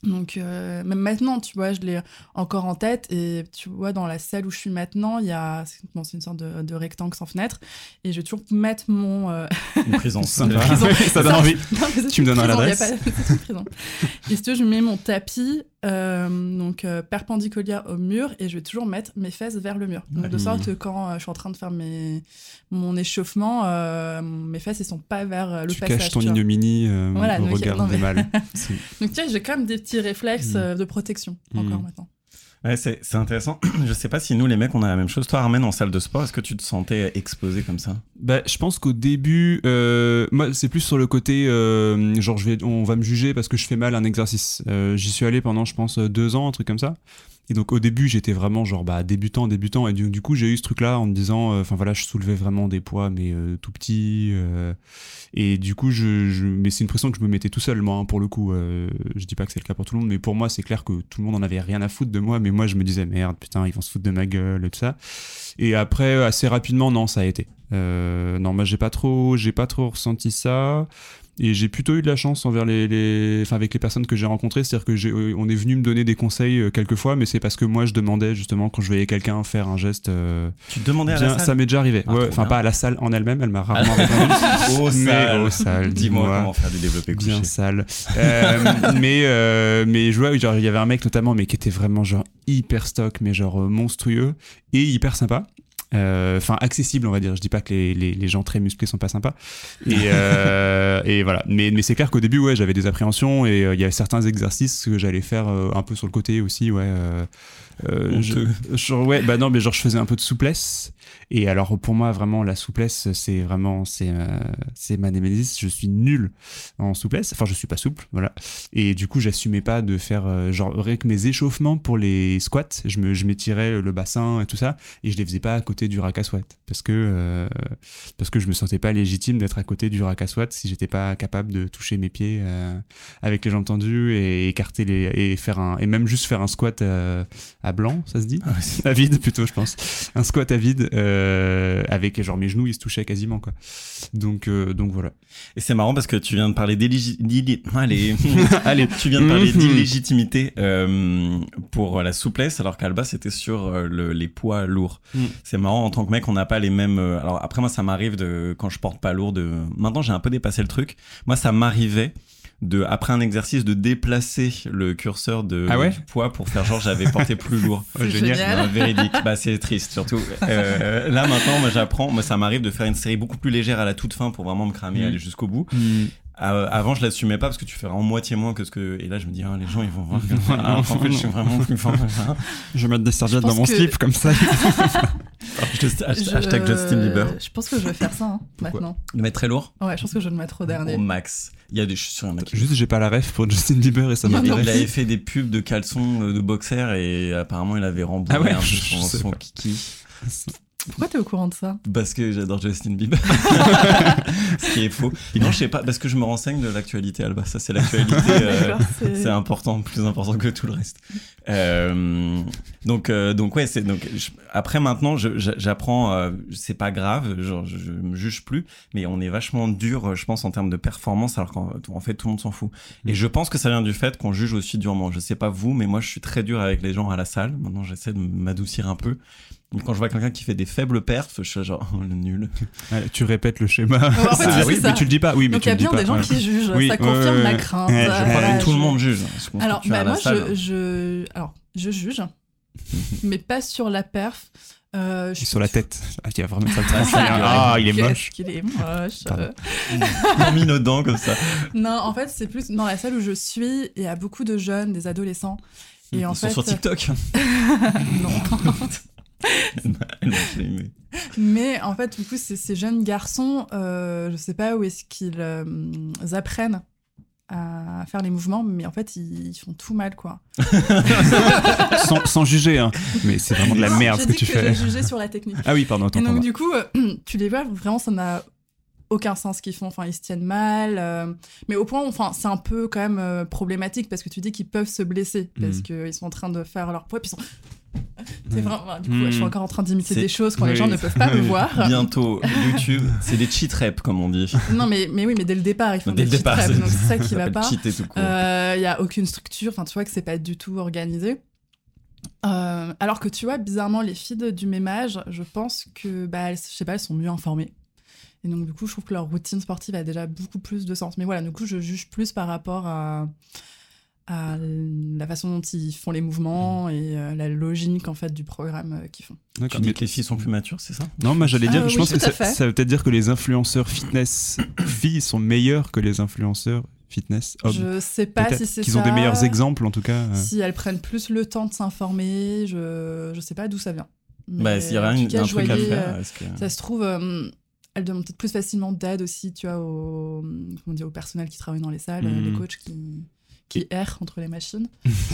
Donc, Donc, euh, même maintenant, tu vois, je l'ai encore en tête. Et tu vois, dans la salle où je suis maintenant, il y a. C'est, bon, c'est une sorte de, de rectangle sans fenêtre. Et je vais toujours mettre mon. Euh... Une prison. Ça donne envie. Non, tu me donnes l'adresse. Pas... C'est une prison. Et si tu veux, je mets mon tapis euh, donc, euh, perpendiculaire au mur. Et je vais toujours mettre mes fesses vers le mur. Donc, de sorte que quand euh, je suis en train de faire mes... mon échauffement, euh, mes fesses, elles sont pas vers euh, le tu passage. Tu caches ton ignominie euh, voilà, au donc, regard non, mais... des mâles. Donc, tiens, j'ai quand même des petits réflexes euh, de protection encore mmh. maintenant. Ouais, c'est, c'est intéressant. Je sais pas si nous, les mecs, on a la même chose. Toi, Armen, en salle de sport, est-ce que tu te sentais explosé comme ça ? Bah, je pense qu'au début, euh, moi, c'est plus sur le côté, euh, genre, je vais, on va me juger parce que je fais mal un exercice. Euh, j'y suis allé pendant, je pense, deux ans, un truc comme ça. Et donc, au début, j'étais vraiment, genre, bah, débutant, débutant. Et du, du coup, j'ai eu ce truc-là en me disant, enfin, euh, voilà, je soulevais vraiment des poids, mais euh, tout petits. Euh, et du coup, je, je, mais c'est une pression que je me mettais tout seul, moi, hein, pour le coup. Euh, je dis pas que c'est le cas pour tout le monde, mais pour moi, c'est clair que tout le monde en avait rien à foutre de moi. Mais moi, je me disais, merde, putain, ils vont se foutre de ma gueule et tout ça. Et après, assez rapidement, non, ça a été. Euh, non, moi, j'ai pas trop, j'ai pas trop ressenti ça. Et j'ai plutôt eu de la chance envers les, les... Enfin, avec les personnes que j'ai rencontrées, c'est-à-dire que j'ai... on est venu me donner des conseils euh, quelques fois, mais c'est parce que moi je demandais justement quand je voyais quelqu'un faire un geste. Euh, tu te demandais bien, à la salle ? Ça m'est déjà arrivé. Ah, ouais, enfin, pas à la salle en elle-même, elle m'a rarement répondu. Oh, sale. Oh, sale. Dis-moi, dis-moi comment faire du développé couché. Bien sale. euh, mais euh, mais je vois, genre il y avait un mec notamment, mais qui était vraiment genre hyper stock, mais genre euh, monstrueux et hyper sympa. Enfin, euh, accessible, on va dire. Je dis pas que les, les, les gens très musclés sont pas sympas. Et, euh, et voilà. Mais, mais c'est clair qu'au début, ouais, j'avais des appréhensions et il euh, y avait certains exercices que j'allais faire euh, un peu sur le côté aussi, ouais. Euh, euh, je, je, ouais, bah non, mais genre je faisais un peu de souplesse. Et alors pour moi, vraiment, la souplesse, c'est vraiment, c'est, euh, c'est ma némésis. Je suis nul en souplesse. Enfin, je suis pas souple, voilà. Et du coup, j'assumais pas de faire euh, genre avec mes échauffements pour les squats. Je me, je m'étirais le bassin et tout ça, et je les faisais pas à côté du rack à squat parce que euh, parce que je me sentais pas légitime d'être à côté du rack à squat si j'étais pas capable de toucher mes pieds euh, avec les jambes tendues et écarter les et faire un et même juste faire un squat euh, à blanc, ça se dit, ah, ouais. À vide plutôt, je pense. Un squat à vide euh, avec genre mes genoux ils se touchaient quasiment quoi. Donc euh, donc voilà. Et c'est marrant parce que tu viens de parler d'illégitimité. Allez, allez, tu viens de parler d'illégitimité euh, pour la souplesse, alors qu'Alba c'était sur euh, le, les poids lourds. Mm. C'est marrant, en tant que mec, on n'a pas les mêmes. Euh, alors après moi, ça m'arrive de quand je porte pas lourd. De maintenant, j'ai un peu dépassé le truc. Moi, ça m'arrivait de après un exercice de déplacer le curseur de ah ouais du poids pour faire genre j'avais porté plus lourd. C'est génial. génial. Non, véridique. Bah c'est triste surtout. Euh, là maintenant moi j'apprends, moi ça m'arrive de faire une série beaucoup plus légère à la toute fin pour vraiment me cramer et mmh. aller jusqu'au bout. Mmh. Euh, avant je l'assumais pas parce que tu fais en moitié moins que ce que et là je me dis ah, les gens ils vont voir que ah, en fait je suis vraiment plus fort. Je vais mettre des serviettes dans mon que... slip comme ça. Just, hashtag je... Justin Bieber. Je pense que je vais faire ça hein, maintenant. Le mettre très lourd. Ouais, je pense que je vais le mettre au dernier. Au max. Il y a des chaussures, un mec. Juste, j'ai pas la ref pour Justin Bieber et ça m'intéresse. Il avait fait des pubs de caleçons de boxer et apparemment il avait rembourré ah ouais, un peu son, son kiki. Pourquoi t'es au courant de ça ? Parce que j'adore Justin Bieber. Ce qui est faux. Et non, je sais pas, parce que je me renseigne de l'actualité, Alba. Ça, c'est l'actualité. Euh, c'est... c'est important, plus important que tout le reste. Euh, donc, euh, donc ouais, c'est donc. Je, après, maintenant, je, j'apprends. Euh, c'est pas grave. Genre, je, je me juge plus, mais on est vachement dur, je pense, en termes de performance, alors qu'en en fait, tout le monde s'en fout. Et je pense que ça vient du fait qu'on juge aussi durement. Je sais pas vous, mais moi, je suis très dur avec les gens à la salle. Maintenant, j'essaie de m'adoucir un peu. Quand je vois quelqu'un qui fait des faibles perfs, je suis genre, oh, le nul. Ouais, tu répètes le schéma. Ouais, en fait, ah, oui, ça. Mais tu le dis pas. Oui, mais donc tu le dis pas. Donc il y a bien des gens ouais. qui jugent. Oui, ça confirme ouais, ma ouais. crainte. Ouais, je crois euh, que tout je... le monde juge. Alors, bah, moi, je, je, alors, je juge, mais pas sur la perf. Euh, je... Sur la tête. Ah, il y a vraiment ça. Ah, il est moche. Qu'il est moche. En minaudant comme ça. Non, en fait, c'est plus dans la salle où je suis, il y a beaucoup de jeunes, des adolescents. Et Ils en sont fait... sur TikTok. Non. mais... mais en fait, du coup, ces, ces jeunes garçons, euh, je sais pas où est-ce qu'ils euh, apprennent à faire les mouvements, mais en fait, ils, ils font tout mal, quoi. sans, sans juger, hein. Mais c'est vraiment de la non, merde ce que, que tu fais. J'ai jugé sur la technique. Ah oui, pardon. Et donc, du coup, euh, tu les vois, vraiment, ça n'a aucun sens ce qu'ils font. Enfin, ils se tiennent mal. Euh, mais au point, enfin, c'est un peu quand même euh, problématique parce que tu dis qu'ils peuvent se blesser parce mmh. qu'ils sont en train de faire leur poids, puis ils sont... T'es vraiment, bah, du coup, Mmh. je suis encore en train d'imiter C'est- des choses quand oui. les gens ne peuvent pas me voir. Bientôt, YouTube, c'est des cheat reps, comme on dit. Non, mais, mais oui, mais dès le départ, ils font Dès des le cheat départ, reps, c'est- donc c'est ça qui ça va s'appelle pas. cheater tout court. Il n'y a aucune structure, enfin, tu vois que c'est pas du tout organisé. Euh, alors que tu vois, bizarrement, les filles de- du même âge, je pense que, bah, elles, je sais pas, elles sont mieux informées. Et donc, du coup, je trouve que leur routine sportive a déjà beaucoup plus de sens. Mais voilà, du coup, je juge plus par rapport à, à la façon dont ils font les mouvements et euh, la logique, en fait, du programme euh, qu'ils font. Tu D'accord. dis Mais- que les filles sont plus matures, c'est ça? Non, moi j'allais dire, Ah, je oui, pense tout que à ça, fait. ça veut peut-être dire que les influenceurs fitness filles sont meilleurs que les influenceurs fitness hommes. Je sais pas Peut-être si c'est qu'ils ça. ont des meilleurs exemples en tout cas. euh. Si elles prennent plus le temps de s'informer, je, je sais pas d'où ça vient. Bah, Mais s'il y a en un, tout cas, un je truc à voyais, faire, euh, est-ce que... Ça se trouve, euh, elles demandent peut-être plus facilement d'aide aussi, tu vois, au, comment dire, au personnel qui travaille dans les salles, Mhm. les coachs qui, qui errent entre les machines.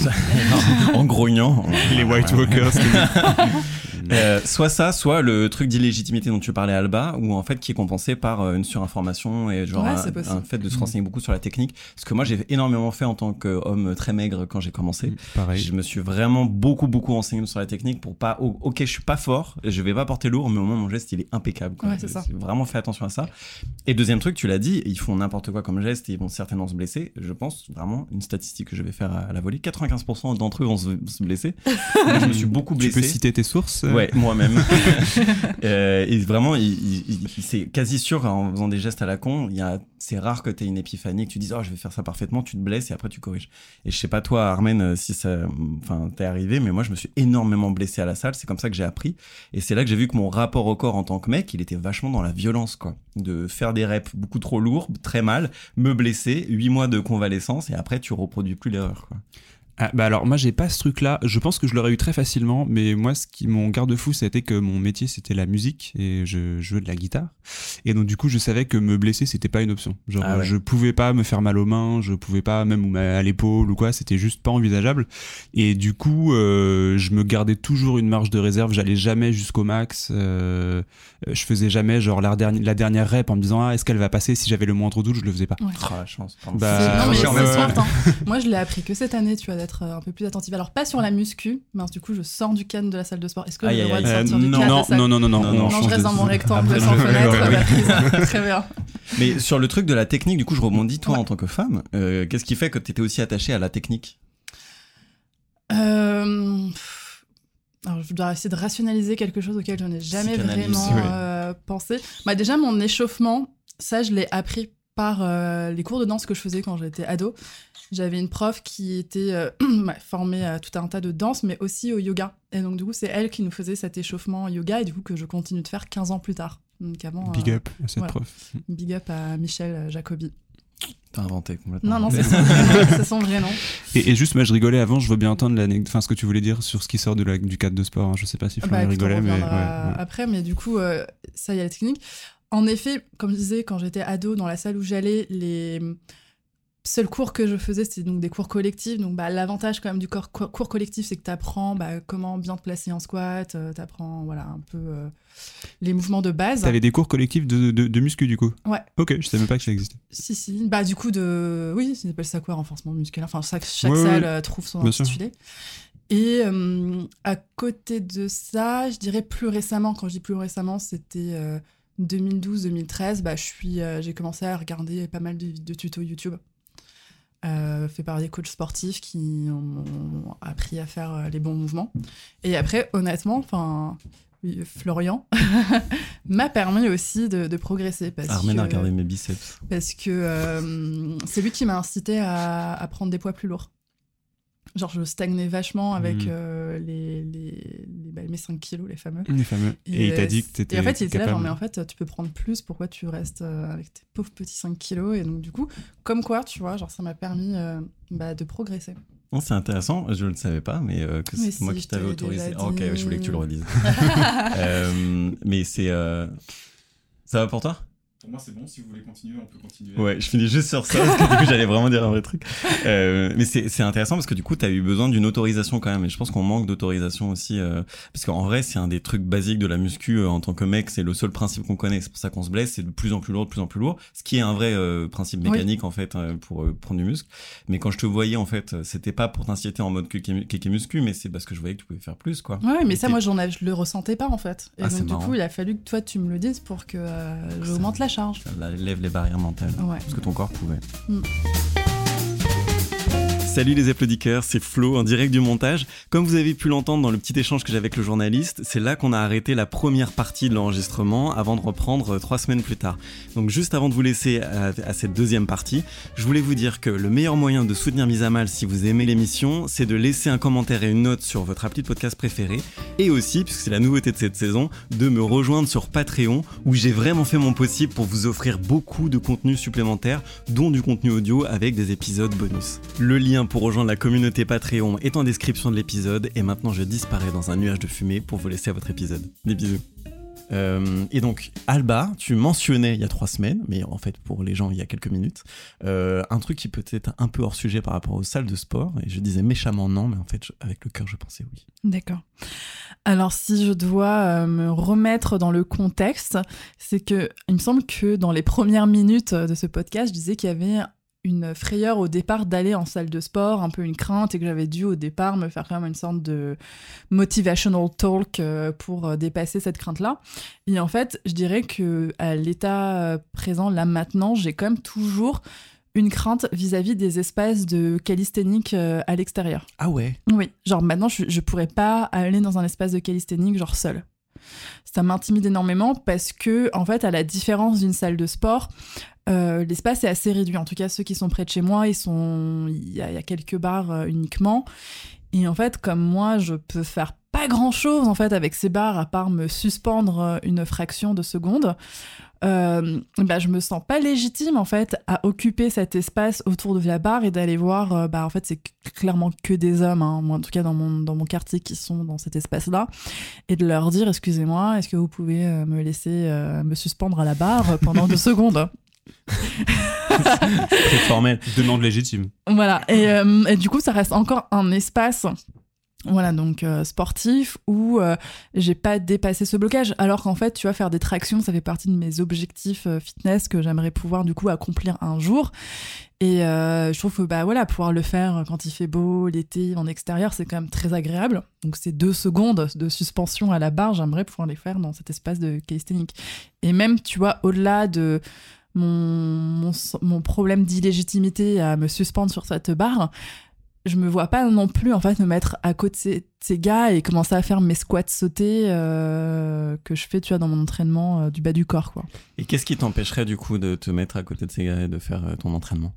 en grognant. Les White Walkers. Euh, soit ça, soit le truc d'illégitimité dont tu parlais, Alba, où en fait qui est compensé par euh, une surinformation et genre Ouais, un, c'est possible. un fait de se renseigner beaucoup sur la technique. Ce que moi j'ai énormément fait en tant qu'homme très maigre quand j'ai commencé. Pareil. Je me suis vraiment beaucoup beaucoup renseigné sur la technique pour pas. oh, ok, je suis pas fort, je vais pas porter lourd, mais au moins mon geste il est impeccable. Quoi. Ouais, c'est ça. J'ai vraiment fait attention à ça. Et deuxième truc, tu l'as dit, ils font n'importe quoi comme geste et ils vont certainement se blesser. Je pense vraiment une statistique que je vais faire à, à la volée, quatre-vingt-quinze pour cent d'entre eux vont se, se blesser. je me suis beaucoup Tu blessé. peux citer tes sources euh Ouais, moi-même. euh, et vraiment, il, il, il- c'est quasi sûr qu'en faisant des gestes à la con, il y a, c'est rare que tu aies une épiphanie, que tu dises oh je vais faire ça parfaitement, tu te blesses et après tu corriges. Et je sais pas toi, Armen, euh, si ça, enfin t'es arrivé, mais moi je me suis énormément blessé à la salle. C'est comme ça que j'ai appris. Et c'est là que j'ai vu que mon rapport au corps en tant que mec, il était vachement dans la violence, quoi. De faire des reps beaucoup trop lourds, très mal, me blesser, huit mois de convalescence et après tu reproduis plus l'erreur, quoi. Ah, bah alors moi j'ai pas ce truc là, je pense que je l'aurais eu très facilement, mais moi ce qui mon garde-fou c'était que mon métier c'était la musique et je jouais de la guitare et donc du coup je savais que me blesser c'était pas une option, genre Ah ouais. je pouvais pas me faire mal aux mains, je pouvais pas même à l'épaule ou quoi, c'était juste pas envisageable et du coup euh, je me gardais toujours une marge de réserve, j'allais jamais jusqu'au max, euh, je faisais jamais genre la dernière, la dernière rep en me disant ah est-ce qu'elle va passer, si j'avais le moindre doute je le faisais pas. Ouais. Oh la chance. pardon. Bah, C'est- non, mais ouais, c'est ouais, ouais. smart, hein. Moi, je l'ai appris que cette année, tu vois, d'être euh, un peu plus attentive. Alors, pas sur la muscu, mais du coup, je sors du cadre de la salle de sport. Est-ce que Aïe, j'ai le droit aïe, de Euh, sortir du non, cadre de non, la salle non, non, non, non, Non, on non, Non, change je reste de- dans mon rectangle Après, sans je- fenêtre, ouais, la prise. Très bien. Mais sur le truc de la technique, du coup, je rebondis toi Ouais. en tant que femme. Euh, qu'est-ce qui fait que tu étais aussi attachée à la technique? Euh, pff, Alors, je dois essayer de rationaliser quelque chose auquel je n'ai jamais Psychanalyse, vraiment ouais. euh, pensé. Bah, déjà, mon échauffement, ça, je l'ai appris par euh, les cours de danse que je faisais quand j'étais ado. J'avais une prof qui était euh, bah, formée à tout un tas de danse, mais aussi au yoga. Et donc, du coup, c'est elle qui nous faisait cet échauffement yoga, et du coup, que je continue de faire quinze ans plus tard. Donc, avant, Big euh, up à cette voilà. prof. big up à Michel Jacobi. T'as inventé complètement. Non, non, c'est son vrai nom. C'est son vrai nom. Et, et juste, moi, je rigolais avant, je veux bien entendre l'anecdote, enfin, ce que tu voulais dire sur ce qui sort de la, du cadre de sport. Hein. Je sais pas si Florian Bah, écoute, on rigolait, mais. reviendra ouais, ouais. après, mais du coup, euh, ça y a la technique. En effet, comme je disais, quand j'étais ado, dans la salle où j'allais, les seuls cours que je faisais, c'était donc des cours collectifs. Donc, bah, l'avantage quand même du cours, cours collectif, c'est que tu apprends bah, comment bien te placer en squat, euh, tu apprends voilà, un peu euh, les mouvements de base. T'avais des cours collectifs de, de, de muscu, du coup? Ouais. Ok, je savais même pas que ça existait. Si, si. Bah, du coup, de... oui, ils appellent ça quoi, renforcement musculaire. Enfin, chaque, chaque Ouais, salle ouais. euh, trouve son Bien sûr. intitulé. Et euh, à côté de ça, je dirais plus récemment, quand je dis plus récemment, c'était euh, deux mille douze deux mille treize, bah, je suis, euh, j'ai commencé à regarder pas mal de, de tutos YouTube. Euh, fait par des coachs sportifs qui m'ont appris à faire euh, les bons mouvements. Et après, honnêtement, enfin, oui, Florian m'a permis aussi de, de progresser. Parce Armen que, a regardé mes biceps. parce que euh, c'est lui qui m'a incité à, à prendre des poids plus lourds. Genre, je stagnais vachement avec Mhm. euh, les, les, les- bah, mes cinq kilos, les fameux. Les fameux. Et, il t'a dit que t'étais. Et en fait, il était là, genre, capable. mais en fait, tu peux prendre plus, pourquoi tu restes euh, avec tes pauvres petits cinq kilos? Et donc, du coup, comme quoi, tu vois, genre, ça m'a permis euh, bah, de progresser. Non, c'est intéressant, je ne le savais pas, mais euh, que Mais c'est moi si, qui je te t'avais l'ai autorisé. déjà Ah, ok, dit. je voulais que tu le redises. Euh, mais c'est. euh, Ça va pour toi? Pour moi, c'est bon. Si vous voulez continuer, on peut continuer. Ouais, je finis juste sur ça, parce que du coup, j'allais vraiment dire un vrai truc. Euh, mais c'est, c'est intéressant parce que du coup, t'as eu besoin d'une autorisation quand même. Et je pense qu'on manque d'autorisation aussi. Euh, parce qu'en vrai, c'est un des trucs basiques de la muscu. Euh, en tant que mec, c'est le seul principe qu'on connaît. C'est pour ça qu'on se blesse. C'est de plus en plus lourd, de plus en plus lourd. Ce qui est un vrai euh, principe mécanique, oui. en fait, euh, pour euh, prendre du muscle. Mais quand je te voyais, en fait, c'était pas pour t'inciter en mode kéké muscu, mais c'est parce que je voyais que tu pouvais faire plus, quoi. Ouais, mais et ça, t'es... moi, j'en ai, je le ressentais pas, en fait. Et ah, donc, du marrant. coup, il a fallu que toi, tu me le dises pour que euh, j'augmente la charge. Ça lève les barrières mentales. Ouais. Parce que ton corps pouvait. Mm. Salut les applaudisseurs, c'est Flo en direct du montage. Comme vous avez pu l'entendre dans le petit échange que j'ai avec le journaliste, c'est là qu'on a arrêté la première partie de l'enregistrement avant de reprendre trois semaines plus tard. Donc juste avant de vous laisser à, à cette deuxième partie, je voulais vous dire que le meilleur moyen de soutenir Mise à Mal si vous aimez l'émission, c'est de laisser un commentaire et une note sur votre appli de podcast préféré, et aussi, puisque c'est la nouveauté de cette saison, de me rejoindre sur Patreon, où j'ai vraiment fait mon possible pour vous offrir beaucoup de contenu supplémentaire, dont du contenu audio avec des épisodes bonus. Le lien pour rejoindre la communauté Patreon est en description de l'épisode, et maintenant je disparais dans un nuage de fumée pour vous laisser à votre épisode. Des bisous. Euh, et donc, Alba, tu mentionnais il y a trois semaines, mais en fait pour les gens il y a quelques minutes, euh, un truc qui peut être un peu hors sujet par rapport aux salles de sport, et je disais méchamment non, mais en fait je, avec le cœur je pensais oui. D'accord. Alors si je dois euh, me remettre dans le contexte, c'est que il me semble que dans les premières minutes de ce podcast, je disais qu'il y avait une frayeur au départ d'aller en salle de sport, un peu une crainte, et que j'avais dû au départ me faire quand même une sorte de motivational talk pour dépasser cette crainte-là. Et en fait, je dirais que à l'état présent, là maintenant, j'ai quand même toujours une crainte vis-à-vis des espaces de calisthénique à l'extérieur. Ah ouais? Oui, genre maintenant, je, je pourrais pas aller dans un espace de calisthénique genre seule. Ça m'intimide énormément parce que, en fait, à la différence d'une salle de sport, euh, l'espace est assez réduit. En tout cas, ceux qui sont près de chez moi, ils sont... il y a, il y a quelques barres euh, uniquement. Et en fait, comme moi, je peux faire pas grand-chose en fait avec ces barres à part me suspendre une fraction de seconde. Euh, bah, je me sens pas légitime en fait à occuper cet espace autour de la barre et d'aller voir euh, bah en fait c'est clairement que des hommes hein, moi en tout cas dans mon dans mon quartier qui sont dans cet espace là et de leur dire excusez-moi est-ce que vous pouvez euh, me laisser euh, me suspendre à la barre pendant deux secondes. Très formel, demande légitime. Voilà et, euh, et du coup ça reste encore un espace voilà, donc euh, sportif où euh, j'ai pas dépassé ce blocage, alors qu'en fait, tu vois, faire des tractions, ça fait partie de mes objectifs euh, fitness que j'aimerais pouvoir du coup accomplir un jour. Et euh, je trouve que bah voilà, pouvoir le faire quand il fait beau, l'été, en extérieur, c'est quand même très agréable. Donc ces deux secondes de suspension à la barre, j'aimerais pouvoir les faire dans cet espace de calisthénique. Et même, tu vois, au-delà de mon, mon, mon problème d'illégitimité à me suspendre sur cette barre, je me vois pas non plus en fait me mettre à côté de ces, ces gars et commencer à faire mes squats sautés euh, que je fais tu vois dans mon entraînement euh, du bas du corps quoi. Et qu'est-ce qui t'empêcherait du coup de te mettre à côté de ces gars et de faire euh, ton entraînement?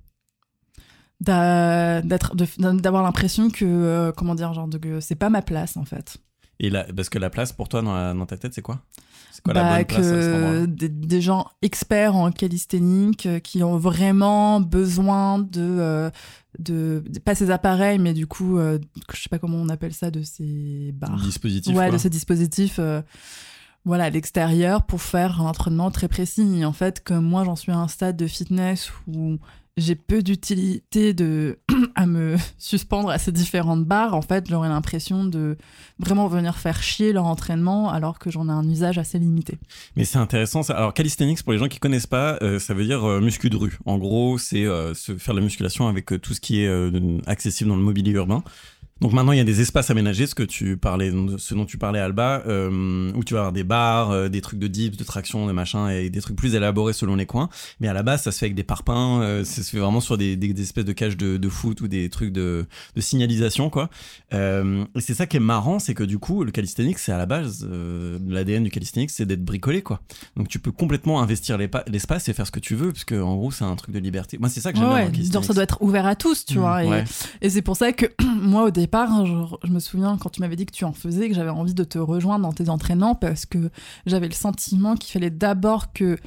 D'a, d'être, de, d'avoir l'impression que euh, comment dire genre de, que c'est pas ma place en fait. Et là, parce que la place pour toi dans, la, dans ta tête c'est quoi? C'est quoi bah, la bonne place à cet endroit-là? des, des gens experts en calisthénique euh, qui ont vraiment besoin de, euh, de, de pas ces appareils mais du coup euh, je sais pas comment on appelle ça de ces barres dispositifs ouais quoi. de ces dispositifs euh, voilà à l'extérieur pour faire un entraînement très précis et en fait comme moi j'en suis à un stade de fitness où j'ai peu d'utilité de à me suspendre à ces différentes barres. En fait, j'aurais l'impression de vraiment venir faire chier leur entraînement alors que j'en ai un usage assez limité. Mais c'est intéressant. Ça. Alors, calisthenics, pour les gens qui connaissent pas, euh, ça veut dire euh, muscu de rue. En gros, c'est euh, se faire de la musculation avec euh, tout ce qui est euh, accessible dans le mobilier urbain. Donc maintenant, il y a des espaces aménagés, ce que tu parlais, ce dont tu parlais, Alba, euh, où tu vas avoir des barres, euh, des trucs de dips, de traction, des machins, et des trucs plus élaborés selon les coins. Mais à la base, ça se fait avec des parpaings, euh, ça se fait vraiment sur des, des, des espèces de cages de, de foot ou des trucs de, de signalisation, quoi. Euh, et c'est ça qui est marrant, c'est que du coup, le calisthenics, c'est à la base, euh, l'A D N du calisthenics, c'est d'être bricolé, quoi. Donc tu peux complètement investir les pa- l'espace et faire ce que tu veux, parce que en gros, c'est un truc de liberté. Moi, c'est ça que j'aime ouais, bien dans le genre ça doit être ouvert à tous, tu mmh, vois. Et, ouais. et c'est pour ça que moi, au départ, je, je me souviens quand tu m'avais dit que tu en faisais, que j'avais envie de te rejoindre dans tes entraînements parce que j'avais le sentiment qu'il fallait d'abord que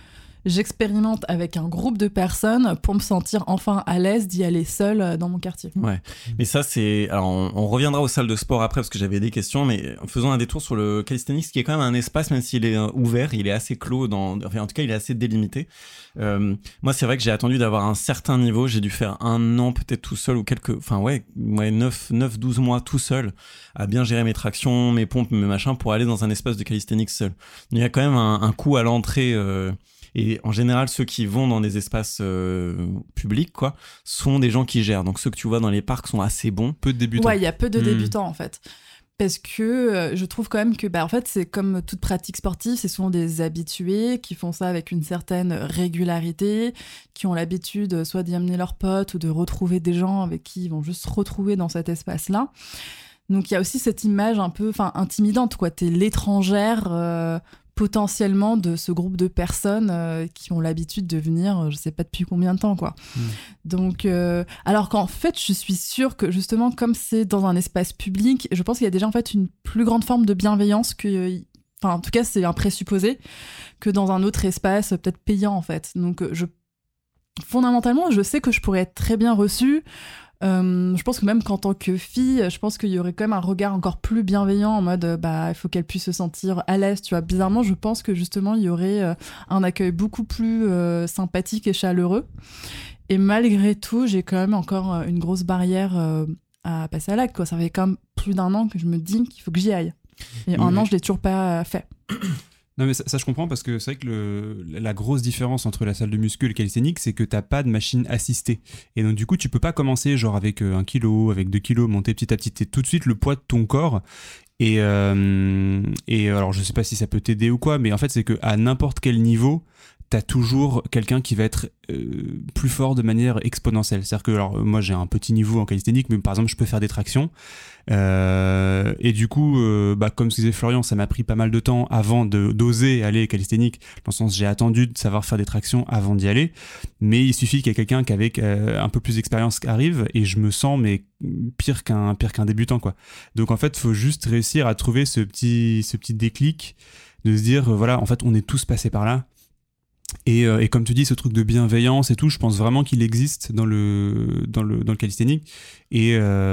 j'expérimente avec un groupe de personnes pour me sentir enfin à l'aise d'y aller seule dans mon quartier. Ouais, mais ça c'est... Alors on, on reviendra aux salles de sport après parce que j'avais des questions, mais faisons un détour sur le calisthenics qui est quand même un espace, même s'il est ouvert, il est assez clos, dans... enfin en tout cas il est assez délimité. Euh, moi c'est vrai que j'ai attendu d'avoir un certain niveau, j'ai dû faire un an peut-être tout seul ou quelques... Enfin ouais, ouais neuf, douze mois tout seul à bien gérer mes tractions, mes pompes, mes machins pour aller dans un espace de calisthenics seul. Il y a quand même un, un coût à l'entrée... Euh... Et en général, ceux qui vont dans des espaces euh, publics, quoi, sont des gens qui gèrent. Donc ceux que tu vois dans les parcs sont assez bons. Peu de débutants. Ouais, il y a peu de mmh. débutants en fait. Parce que euh, je trouve quand même que, bah, en fait, c'est comme toute pratique sportive, c'est souvent des habitués qui font ça avec une certaine régularité, qui ont l'habitude soit d'y amener leurs potes ou de retrouver des gens avec qui ils vont juste se retrouver dans cet espace-là. Donc il y a aussi cette image un peu, enfin, intimidante, quoi. T'es l'étrangère. Euh, potentiellement de ce groupe de personnes euh, qui ont l'habitude de venir, je sais pas depuis combien de temps, quoi. Mmh. Donc, euh, alors qu'en fait, je suis sûre que justement, comme c'est dans un espace public, je pense qu'il y a déjà en fait une plus grande forme de bienveillance que, enfin, en tout cas, c'est un présupposé que dans un autre espace, peut-être payant en fait. Donc, je, fondamentalement, je sais que je pourrais être très bien reçue. Euh, je pense que même qu'en tant que fille, je pense qu'il y aurait quand même un regard encore plus bienveillant en mode bah il faut qu'elle puisse se sentir à l'aise, tu vois. Bizarrement, je pense que justement il y aurait euh, un accueil beaucoup plus euh, sympathique et chaleureux. Et malgré tout, j'ai quand même encore une grosse barrière euh, à passer à l'acte, quoi. Ça fait quand même plus d'un an que je me dis qu'il faut que j'y aille. Et mmh. un an, je l'ai toujours pas fait. Non mais ça, ça je comprends parce que c'est vrai que le, la grosse différence entre la salle de muscu et le calisthenics, c'est que t'as pas de machine assistée. Et donc du coup tu peux pas commencer genre avec un kilo, avec deux kilos, monter petit à petit. T'es tout de suite le poids de ton corps. Et, euh, et alors je sais pas si ça peut t'aider ou quoi, mais en fait c'est que à n'importe quel niveau, t'as toujours quelqu'un qui va être euh, plus fort de manière exponentielle. C'est-à-dire que alors, moi j'ai un petit niveau en calisthenics, mais par exemple je peux faire des tractions. Euh, et du coup, euh, bah, comme ce que disait Florian, ça m'a pris pas mal de temps avant de, d'oser aller calisthenics. Dans le sens, j'ai attendu de savoir faire des tractions avant d'y aller. Mais il suffit qu'il y ait quelqu'un qui avec euh, un peu plus d'expérience qui arrive et je me sens mais pire qu'un pire qu'un débutant, quoi. Donc en fait, faut juste réussir à trouver ce petit ce petit déclic de se dire euh, voilà, en fait, on est tous passés par là. Et, euh, et comme tu dis, ce truc de bienveillance et tout, je pense vraiment qu'il existe dans le, dans le, dans le calisthenics et,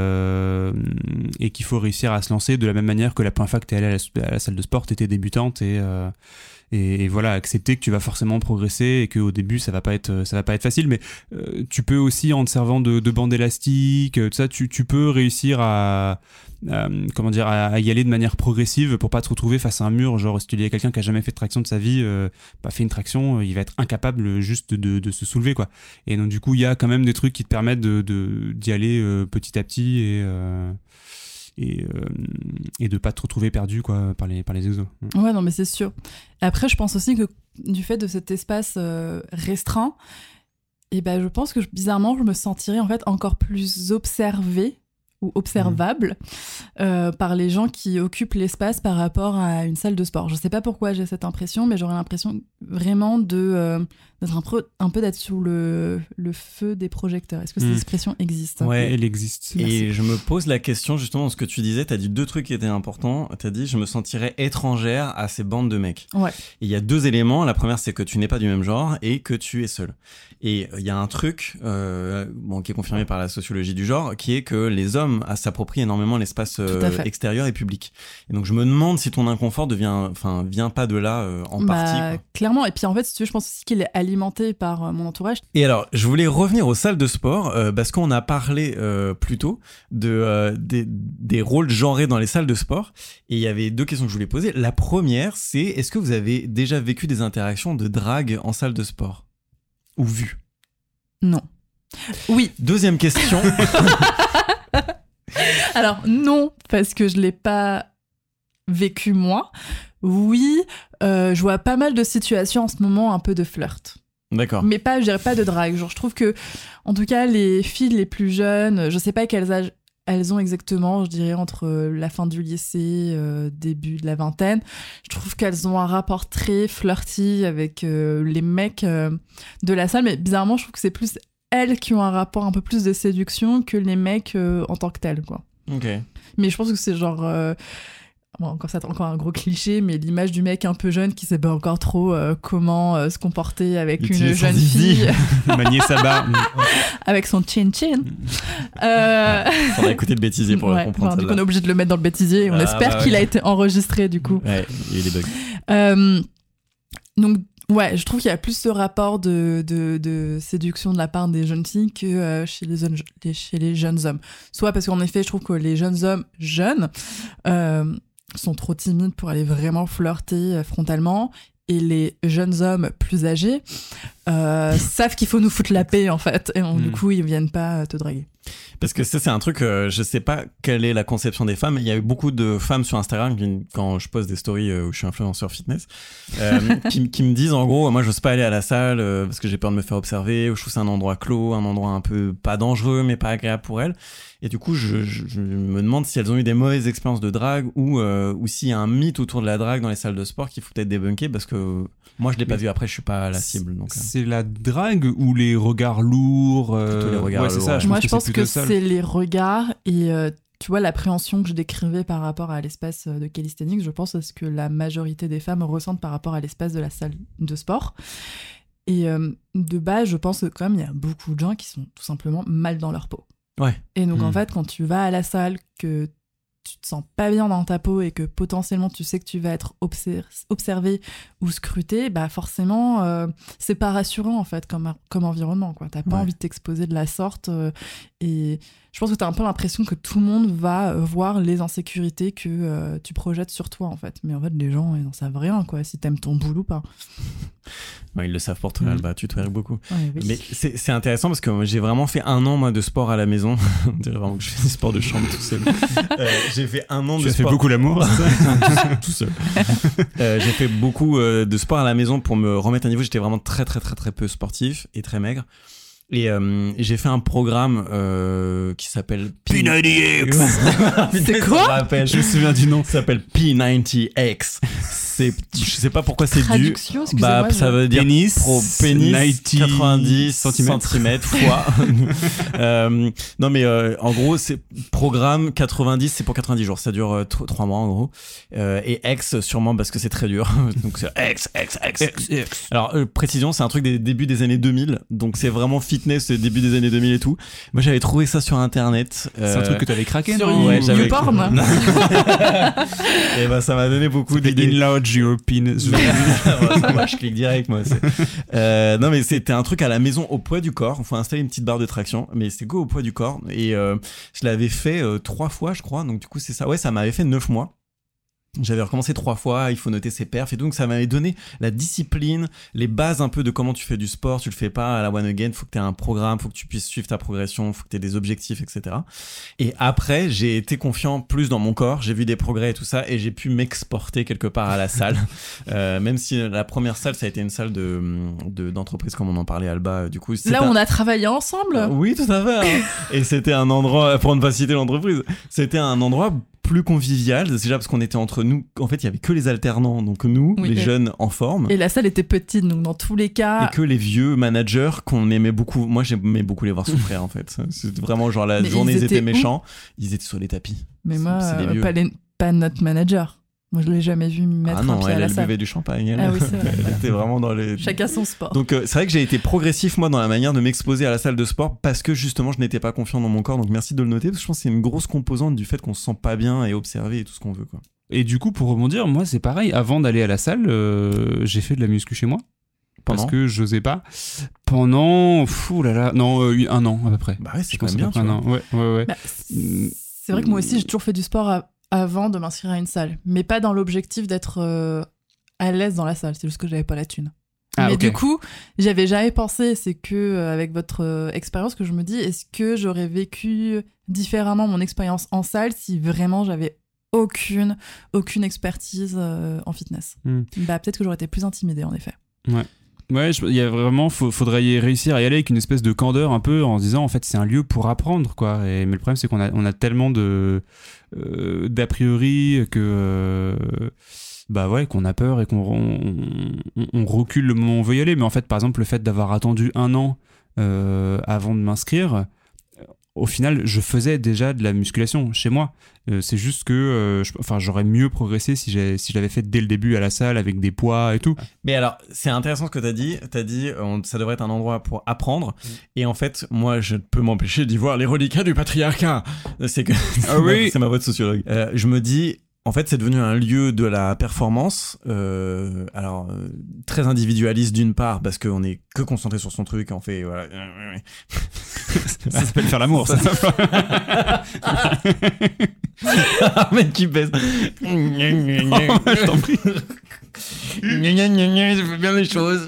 euh, et qu'il faut réussir à se lancer de la même manière que la première fois que tu es allé à la, à la salle de sport, tu étais débutante et, euh, et, et voilà, accepter que tu vas forcément progresser et qu'au début ça va pas être, ça va pas être facile, mais euh, tu peux aussi, en te servant de, de bandes élastiques, tout ça, tu, tu peux réussir à... Euh, comment dire, à, à y aller de manière progressive pour pas te retrouver face à un mur. Genre si tu dis à quelqu'un qui a jamais fait de traction de sa vie, euh, bah, fait une traction, il va être incapable juste de, de se soulever, quoi. Et donc du coup il y a quand même des trucs qui te permettent de, de, d'y aller euh, petit à petit et, euh, et, euh, et de pas te retrouver perdu, quoi, par les, par les exos. Ouais, non mais c'est sûr. Après je pense aussi que du fait de cet espace euh, restreint, et ben je pense que bizarrement je me sentirais en fait encore plus observée ou observable mmh. euh, par les gens qui occupent l'espace par rapport à une salle de sport. Je sais pas pourquoi j'ai cette impression, mais j'aurais l'impression vraiment de, euh, d'être un peu, un peu d'être sous le, le feu des projecteurs. Est-ce que cette mmh. expression existe ? Ouais, elle existe. Et Merci. je me pose la question justement dans ce que tu disais, t'as dit deux trucs qui étaient importants. T'as dit je me sentirais étrangère à ces bandes de mecs. Ouais. Et il y a deux éléments. La première, c'est que tu n'es pas du même genre et que tu es seul. Et il y a un truc euh, bon, qui est confirmé par la sociologie du genre, qui est que les hommes s'approprient énormément l'espace euh, extérieur et public. Et donc je me demande si ton inconfort devient, enfin, vient pas de là euh, en bah, partie. Quoi. Clairement. Et puis en fait, si tu veux, je pense aussi qu'il est alimenté par euh, mon entourage. Et alors, je voulais revenir aux salles de sport euh, parce qu'on a parlé euh, plus tôt de, euh, des, des rôles genrés dans les salles de sport. Et il y avait deux questions que je voulais poser. La première, c'est est-ce que vous avez déjà vécu des interactions de drague en salle de sport ? Ou vu ? Non. Oui. Deuxième question. Alors non, parce que je l'ai pas vécu moi. Oui, euh, je vois pas mal de situations en ce moment un peu de flirt. D'accord. Mais pas, je dirais pas de drague. Genre, je trouve que, en tout cas, les filles les plus jeunes, je sais pas quels âges elles ont exactement, je dirais entre la fin du lycée, euh, début de la vingtaine. Je trouve qu'elles ont un rapport très flirty avec euh, les mecs euh, de la salle, mais bizarrement, je trouve que c'est plus elles qui ont un rapport un peu plus de séduction que les mecs euh, en tant que tels, quoi. Ok. Mais je pense que c'est genre... Euh, bon, encore ça, encore un gros cliché, mais l'image du mec un peu jeune qui sait pas encore trop euh, comment euh, se comporter avec Utiliser une son jeune zizi. fille, Manier sa barbe. avec son chin chin. Euh... On a écouté le bêtisier pour ouais, le comprendre. enfin, du coup, on est celle-là. obligé de le mettre dans le bêtisier. Et on Ah, espère bah ouais. qu'il a été enregistré du coup. Ouais, il y a eu des bugs. Euh, donc, ouais, je trouve qu'il y a plus ce rapport de, de, de séduction de la part des jeunes filles que euh, chez, les jeunes, les, chez les jeunes hommes. Soit parce qu'en effet, je trouve que les jeunes hommes jeunes euh, sont trop timides pour aller vraiment flirter euh, frontalement. Et les jeunes hommes plus âgés euh, savent qu'il faut nous foutre la paix, en fait. Et donc, Mm. du coup, ils viennent pas te draguer. Parce que ça, c'est un truc, euh, je sais pas quelle est la conception des femmes. Il y a eu beaucoup de femmes sur Instagram, qui, quand je poste des stories euh, où je suis influenceur fitness, euh, qui, qui me disent en gros, moi, j'ose pas aller à la salle euh, parce que j'ai peur de me faire observer, ou je trouve que c'est un endroit clos, un endroit un peu pas dangereux, mais pas agréable pour elles. Et du coup, je, je, je me demande si elles ont eu des mauvaises expériences de drague ou, euh, ou s'il y a un mythe autour de la drague dans les salles de sport qu'il faut peut-être débunker parce que moi, je l'ai pas vu. Après, je suis pas la cible. Donc, euh. C'est la drague ou les regards lourds euh, Plutôt les regards ouais, c'est lourds, ça, ouais. je Moi, pense je que pense c'est que plutôt ça. c'est les regards et euh, tu vois l'appréhension que je décrivais par rapport à l'espace de calisthenics. Je pense à ce que la majorité des femmes ressentent par rapport à l'espace de la salle de sport. Et euh, de base, je pense que quand même, il y a beaucoup de gens qui sont tout simplement mal dans leur peau. Ouais. Et donc, en Mm. fait, quand tu vas à la salle, que tu te sens pas bien dans ta peau et que potentiellement tu sais que tu vas être obser- observé ou scruté, bah forcément, euh, c'est pas rassurant en fait comme, comme environnement, quoi. T'as pas Ouais. envie de t'exposer de la sorte euh, et je pense que t'as un peu l'impression que tout le monde va euh, voir les insécurités que euh, tu projettes sur toi en fait. Mais en fait, les gens, ils n'en savent rien, quoi, si t'aimes ton boulot ou pas. Ouais, ils le savent pour toi, Mm. Alba, tu te verrais beaucoup. Ouais, oui. Mais c'est c'est intéressant parce que moi, j'ai vraiment fait un an moi de sport à la maison. On dirait vraiment que je fais du sport de chambre tout seul. Euh, j'ai fait un an Tu de as fait sport beaucoup l'amour. tout seul. Euh, j'ai fait beaucoup euh, de sport à la maison pour me remettre à niveau. J'étais vraiment très très très très peu sportif et très maigre. Et euh, j'ai fait un programme euh, qui s'appelle P P ninety X. C'est quoi ? Je me souviens du nom. Ça s'appelle P ninety X. C'est, je sais pas pourquoi c'est dû. Traduction, excusez-moi. Bah, je- ça veut dire Pénis, pro pénis quatre-vingt-dix quatre-vingt-dix centimètres. centimètres fois. euh, non mais euh, en gros c'est programme quatre-vingt-dix, c'est pour quatre-vingt-dix jours. Ça dure euh, trois mois en gros. Euh, et X sûrement parce que c'est très dur. Donc c'est X X X. Alors euh, précision, c'est un truc des débuts des années deux mille. Donc c'est vraiment fitness c'est début des années deux mille et tout. Moi j'avais trouvé ça sur internet. C'est un Euh, truc que t'avais craqué, Sur non ouais, You- j'avais- YouPorn. et bah ça m'a donné beaucoup C'était d'idées. Enlarge your penis. Ouais, moi je clique direct moi c'est... Euh, non mais c'était un truc à la maison au poids du corps. Il faut installer une petite barre de traction mais c'est go au poids du corps et euh, je l'avais fait euh, trois fois je crois donc du coup c'est ça ouais ça m'avait fait neuf mois. J'avais recommencé trois fois, il faut noter ses perfs et tout, donc ça m'avait donné la discipline, les bases un peu de comment tu fais du sport, tu le fais pas à la one again, faut que tu aies un programme, faut que tu puisses suivre ta progression, faut que tu aies des objectifs, et cetera. Et après, j'ai été confiant plus dans mon corps, j'ai vu des progrès et tout ça, et j'ai pu m'exporter quelque part à la salle, euh, même si la première salle, ça a été une salle de, de, d'entreprise, comme on en parlait, Alba, du coup. Là, un... on a travaillé ensemble. Oui, tout à fait. Hein. Et c'était un endroit, pour ne pas citer l'entreprise, c'était un endroit plus convivial, déjà parce qu'on était entre nous, en fait il y avait que les alternants, donc nous, Oui, les et- jeunes en forme, Et la salle était petite, donc dans tous les cas. et que les vieux managers qu'on aimait beaucoup. Moi j'aimais beaucoup les voir souffrir en fait. C'était vraiment genre la Mais journée ils ils étaient, étaient où méchants, ils étaient sur les tapis. Mais C'est- moi, c'est des euh, vieux. pas, les- pas notre manager. Moi, je l'ai jamais vu mettre Ah un non, pied à elle, la elle salle. buvait du champagne. Elle, Ah oui, c'est vrai. elle était vraiment dans les. Chacun son sport. Donc euh, c'est vrai que j'ai été progressif moi dans la manière de m'exposer à la salle de sport parce que justement je n'étais pas confiant dans mon corps. Donc merci de le noter parce que je pense que c'est une grosse composante du fait qu'on se sent pas bien et observé et tout ce qu'on veut quoi. Et du coup, pour rebondir, moi, c'est pareil. Avant d'aller à la salle, euh, j'ai fait de la muscu chez moi. Pendant Parce que j'osais pas. Pendant, fou là là, non, euh, un an à peu près. Bah ouais, c'est Je quand pense même bien. à peu Tu près un vois. an. Ouais, ouais, ouais. Bah, c'est vrai que moi aussi, j'ai toujours fait du sport à- avant de m'inscrire à une salle. Mais pas dans l'objectif d'être euh, à l'aise dans la salle. C'est juste que j'avais pas la thune. Ah, mais ok. du coup, j'avais jamais pensé, c'est que euh, avec votre euh, expérience que je me dis, est-ce que j'aurais vécu différemment mon expérience en salle si vraiment j'avais aucune, aucune expertise euh, en fitness. Hmm. Bah peut-être que j'aurais été plus intimidée en effet. Ouais, je- il y a vraiment, faut- faudrait y réussir à y aller avec une espèce de candeur un peu en se disant en fait c'est un lieu pour apprendre quoi. Et, mais le problème c'est qu'on a, on a tellement de euh, d'a priori que euh, bah ouais qu'on a peur et qu'on on, on- on recule le moment où on veut y aller. Mais en fait par exemple le fait d'avoir attendu un an euh, avant de m'inscrire, au final, je faisais déjà de la musculation chez moi. Euh, c'est juste que euh, je, enfin, j'aurais mieux progressé si, j'ai, si je l'avais fait dès le début à la salle avec des poids et tout. Mais alors, c'est intéressant ce que tu as dit. Tu as dit on, ça devrait être un endroit pour apprendre. Mmh. Et en fait, moi, je ne peux m'empêcher d'y voir les reliquats du patriarcat. C'est que c'est, ah oui. ma, c'est ma voix de sociologue. Euh, je me dis... En fait, c'est devenu un lieu de la performance, euh, alors euh, très individualiste d'une part, parce qu'on est que concentré sur son truc, on fait voilà. Ça s'appelle faire l'amour, ça. Un mec qui baisse. Oh, je t'en prie. Je fais bien les choses.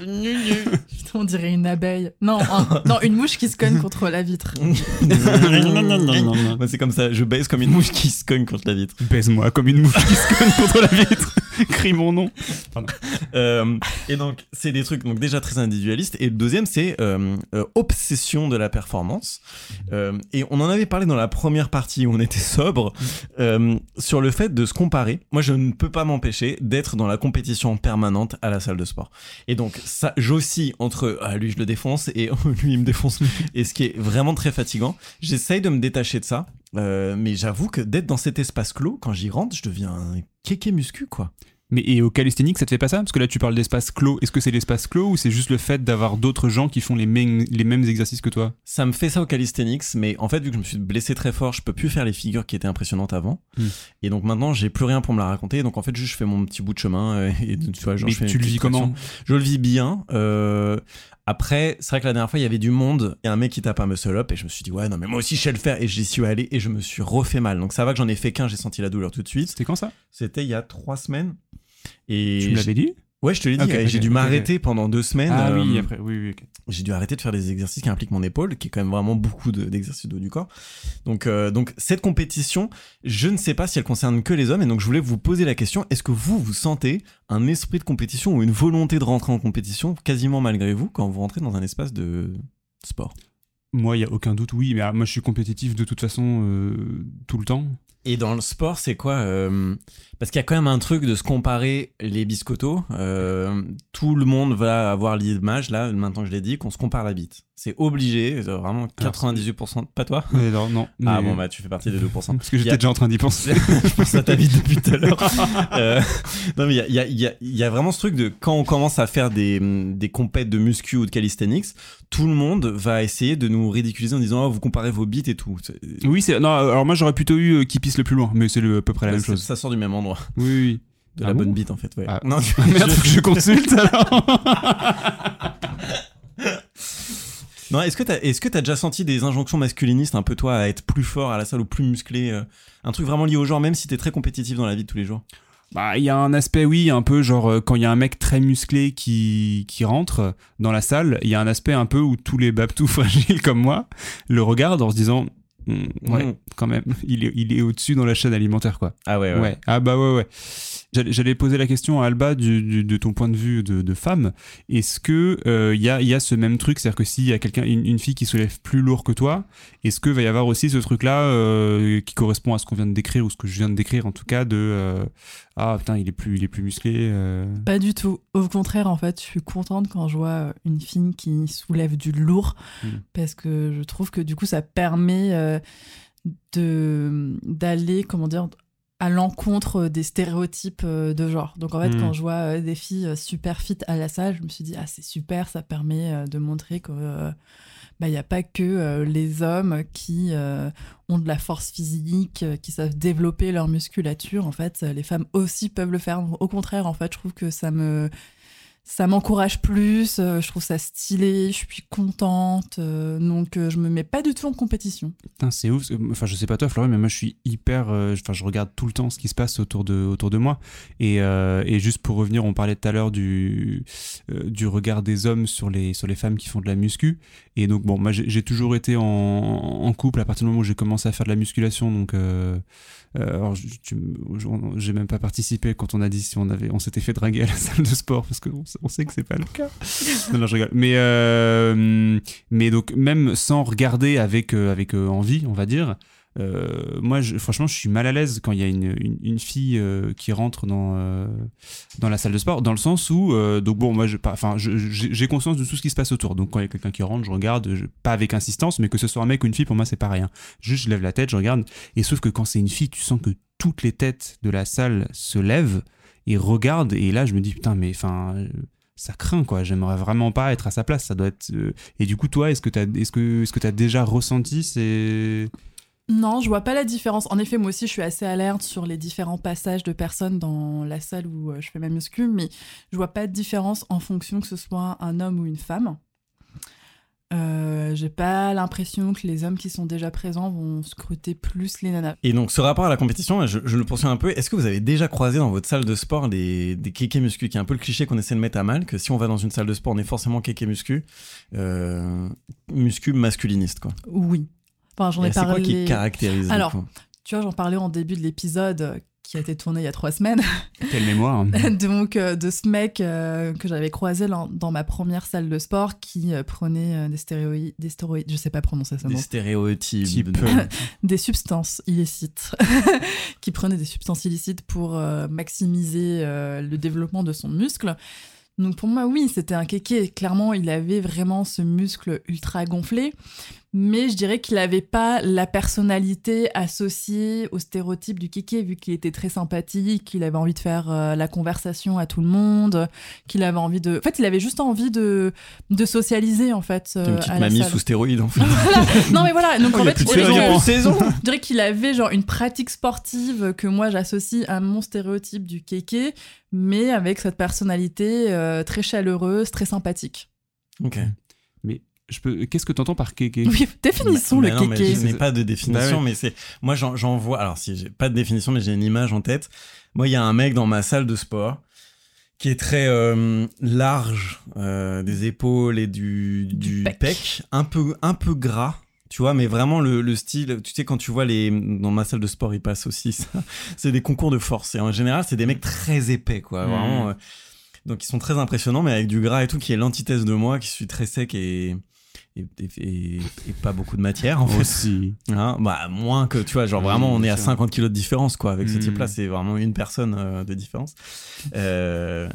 On dirait une abeille. Non, un, non, une mouche qui se cogne contre la vitre. non, non, non, non, non. Bah, c'est comme ça, je baise comme une mouche qui se cogne contre la vitre. Baise-moi comme une mouche qui se cogne contre la vitre. Crie mon nom. Euh, et donc, c'est des trucs donc déjà très individualistes. Et le deuxième, c'est euh, euh, obsession de la performance. Euh, et on en avait parlé dans la première partie où on était sobre, euh, sur le fait de se comparer. Moi, je ne peux pas m'empêcher d'être dans la compétition permanente à la salle de sport. Et donc, ça, j'oscille entre ah, lui, je le défonce et lui, il me défonce. Et ce qui est vraiment très fatigant. J'essaye de me détacher de ça. Euh, mais j'avoue que d'être dans cet espace clos, quand j'y rentre, je deviens un kéké muscu, quoi. Mais et au calisthénique, ça te fait pas ça ? Parce que là, tu parles d'espace clos. Est-ce que c'est l'espace clos ou c'est juste le fait d'avoir d'autres gens qui font les mêmes, les mêmes exercices que toi ? Ça me fait ça au calisthenics, mais en fait, vu que je me suis blessé très fort, je peux plus faire les figures qui étaient impressionnantes avant. Mm. Et donc maintenant, j'ai plus rien pour me la raconter. Donc en fait, juste je fais mon petit bout de chemin. Euh, et tu vois, genre, mais je fais tu le vis comment ? Je le vis bien. Euh... Après, c'est vrai que la dernière fois, il y avait du monde et un mec qui tape un muscle up et je me suis dit, ouais, non, mais moi aussi, je sais le faire. Et j'y suis allé et je me suis refait mal. Donc ça va que j'en ai fait qu'un, j'ai senti la douleur tout de suite. C'était quand ça ? C'était il y a trois semaines. Et tu me l'avais dit ? Ouais, je te l'ai dit. Okay, okay, j'ai dû okay, m'arrêter okay. pendant deux semaines. Ah euh, oui, après, oui, oui. Okay. J'ai dû arrêter de faire des exercices qui impliquent mon épaule, qui est quand même vraiment beaucoup de, d'exercices de haut du corps. Donc, euh, donc, cette compétition, je ne sais pas si elle concerne que les hommes. Et donc, je voulais vous poser la question, est-ce que vous, vous sentez un esprit de compétition ou une volonté de rentrer en compétition, quasiment malgré vous, quand vous rentrez dans un espace de sport ? Moi, il n'y a aucun doute, oui. Mais alors, moi, je suis compétitif de toute façon euh, tout le temps. Et dans le sport, c'est quoi euh, parce qu'il y a quand même un truc de se comparer les biscottos. Euh, tout le monde va avoir l'image, là, maintenant que je l'ai dit, qu'on se compare la bite. C'est obligé, vraiment quatre-vingt-dix-huit pour cent. Pas toi ? Mais non, non. Mais... Ah bon, bah tu fais partie des deux pour cent. Parce que j'étais a... déjà en train d'y penser. Je pense à ta bite depuis tout à l'heure. euh, non, mais il y a, y, a, y a vraiment ce truc de quand on commence à faire des, des compètes de muscu ou de calisthenics, tout le monde va essayer de nous ridiculiser en disant oh, vous comparez vos bites et tout. C'est... Oui, c'est... non, alors moi j'aurais plutôt eu euh, qui pisse le plus loin, mais c'est le, à peu près la ouais, même chose. Ça sort du même endroit. Oui, oui. De ah la bon bonne bite en fait, ouais. Ah. Non, tu... Merde, faut que je consulte alors. Non, est-ce que t'as, est-ce que t'as déjà senti des injonctions masculinistes un peu toi à être plus fort à la salle ou plus musclé, euh, un truc vraiment lié au genre, même si t'es très compétitif dans la vie de tous les jours? Bah, il y a un aspect, oui, un peu genre euh, quand il y a un mec très musclé qui, qui rentre dans la salle, il y a un aspect un peu où tous les babtous fragiles comme moi le regardent en se disant mm, ouais, mmh. quand même, il est, il est au-dessus dans la chaîne alimentaire, quoi. Ah ouais, ouais. ouais. Ah bah ouais, ouais. J'allais, j'allais poser la question à Alba du, du, de ton point de vue de, de femme. Est-ce que il euh, y, a, y a ce même truc, c'est-à-dire que s'il y a quelqu'un, une, une fille qui soulève plus lourd que toi, est-ce que va y avoir aussi ce truc-là euh, qui correspond à ce qu'on vient de décrire ou ce que je viens de décrire en tout cas de euh, ah putain il est plus, il est plus musclé. Euh... Pas du tout. Au contraire, en fait, je suis contente quand je vois une fille qui soulève du lourd mmh. parce que je trouve que du coup ça permet euh, de d'aller comment dire à l'encontre des stéréotypes de genre. Donc en fait, mmh. quand je vois des filles super fit à la salle, je me suis dit, ah, c'est super, ça permet de montrer qu'il euh, bah, n'y a pas que euh, les hommes qui euh, ont de la force physique, qui savent développer leur musculature. En fait, les femmes aussi peuvent le faire. Au contraire, en fait, je trouve que ça me... ça m'encourage plus, euh, je trouve ça stylé, je suis contente, euh, donc euh, je me mets pas du tout en compétition. Putain, c'est ouf, enfin je sais pas toi Florian, mais moi je suis hyper, enfin euh, je regarde tout le temps ce qui se passe autour de, autour de moi, et, euh, et juste pour revenir, on parlait tout à l'heure du, euh, du regard des hommes sur les, sur les femmes qui font de la muscu, et donc bon, moi j'ai, j'ai toujours été en, en couple à partir du moment où j'ai commencé à faire de la musculation, donc... Euh, Euh, alors, je, tu, je, j'ai même pas participé quand on a dit si on avait, on s'était fait draguer à la salle de sport parce qu'on on sait que c'est pas le cas. non, non, je rigole. Mais, euh, mais donc même sans regarder avec euh, avec euh, envie, on va dire, Euh, moi, je, franchement, je suis mal à l'aise quand il y a une, une, une fille euh, qui rentre dans, euh, dans la salle de sport, dans le sens où, euh, donc bon, moi, je, enfin, je, j'ai conscience de tout ce qui se passe autour. Donc, quand il y a quelqu'un qui rentre, je regarde, je, pas avec insistance, mais que ce soit un mec ou une fille, pour moi, c'est pas rien. Juste, je lève la tête, je regarde. Et sauf que quand c'est une fille, tu sens que toutes les têtes de la salle se lèvent et regardent. Et là, je me dis, putain, mais enfin. Ça craint, quoi. J'aimerais vraiment pas être à sa place. Ça doit être. Euh... Et du coup, toi, est-ce que t'as, est-ce que, est-ce que t'as déjà ressenti ces. Non, je vois pas la différence. En effet, moi aussi, je suis assez alerte sur les différents passages de personnes dans la salle où je fais ma muscu, mais je vois pas de différence en fonction que ce soit un homme ou une femme. Euh, j'ai pas l'impression que les hommes qui sont déjà présents vont scruter plus les nanas. Et donc, ce rapport à la compétition, je, je le poursuis un peu. Est-ce que vous avez déjà croisé dans votre salle de sport des, des kékés muscu, qui est un peu le cliché qu'on essaie de mettre à mal, que si on va dans une salle de sport, on est forcément kéké muscu, euh, muscu masculiniste, quoi. Oui. Enfin, j'en ai Et parlé. C'est quoi qui caractérise? Alors, tu vois, j'en parlais en début de l'épisode qui a été tourné il y a trois semaines. Quelle mémoire. Donc, euh, de ce mec euh, que j'avais croisé dans, dans ma première salle de sport qui euh, prenait euh, des stéroïdes, des stéroïdes, je sais pas prononcer ça. Des stéréotypes. De... des substances illicites. qui prenait des substances illicites pour euh, maximiser euh, le développement de son muscle. Donc pour moi, oui, c'était un kéké. Clairement, il avait vraiment ce muscle ultra gonflé. Mais je dirais qu'il n'avait pas la personnalité associée au stéréotype du kéké, vu qu'il était très sympathique, qu'il avait envie de faire euh, la conversation à tout le monde, qu'il avait envie de... En fait, il avait juste envie de, de socialiser, en fait, euh, une petite à la mamie salle. sous stéroïdes, en fait. Voilà. Non, mais voilà. Donc, Oh, en y a fait, plus de je dirais, série en que- saison. je dirais qu'il avait genre une pratique sportive que moi, j'associe à mon stéréotype du kéké, mais avec cette personnalité euh, très chaleureuse, très sympathique. Ok. Mais je peux... qu'est-ce que t'entends par kéké? Oui, définissons Mais le non, mais kéké. je n'ai pas de définition, Bah ouais. mais c'est moi j'en, j'en vois. Alors si j'ai pas de définition, mais j'ai une image en tête. Moi, il y a un mec dans ma salle de sport qui est très euh, large euh, des épaules et du, du, Du pec. pec, un peu un peu gras. Tu vois, mais vraiment le, le style, tu sais, quand tu vois les. Dans ma salle de sport, il passe aussi ça. C'est des concours de force. Et en général, c'est des mecs très épais, quoi. Mmh. Vraiment. euh, donc, ils sont très impressionnants, mais avec du gras et tout, qui est l'antithèse de moi, qui suis très sec et. Et, et, et pas beaucoup de matière, en fait. Aussi. Hein, bah, moins que, tu vois, genre Oui, vraiment, on est bien à sûr. cinquante kilos de différence, quoi. Avec ce Mmh. type-là, c'est vraiment une personne euh, de différence. Euh...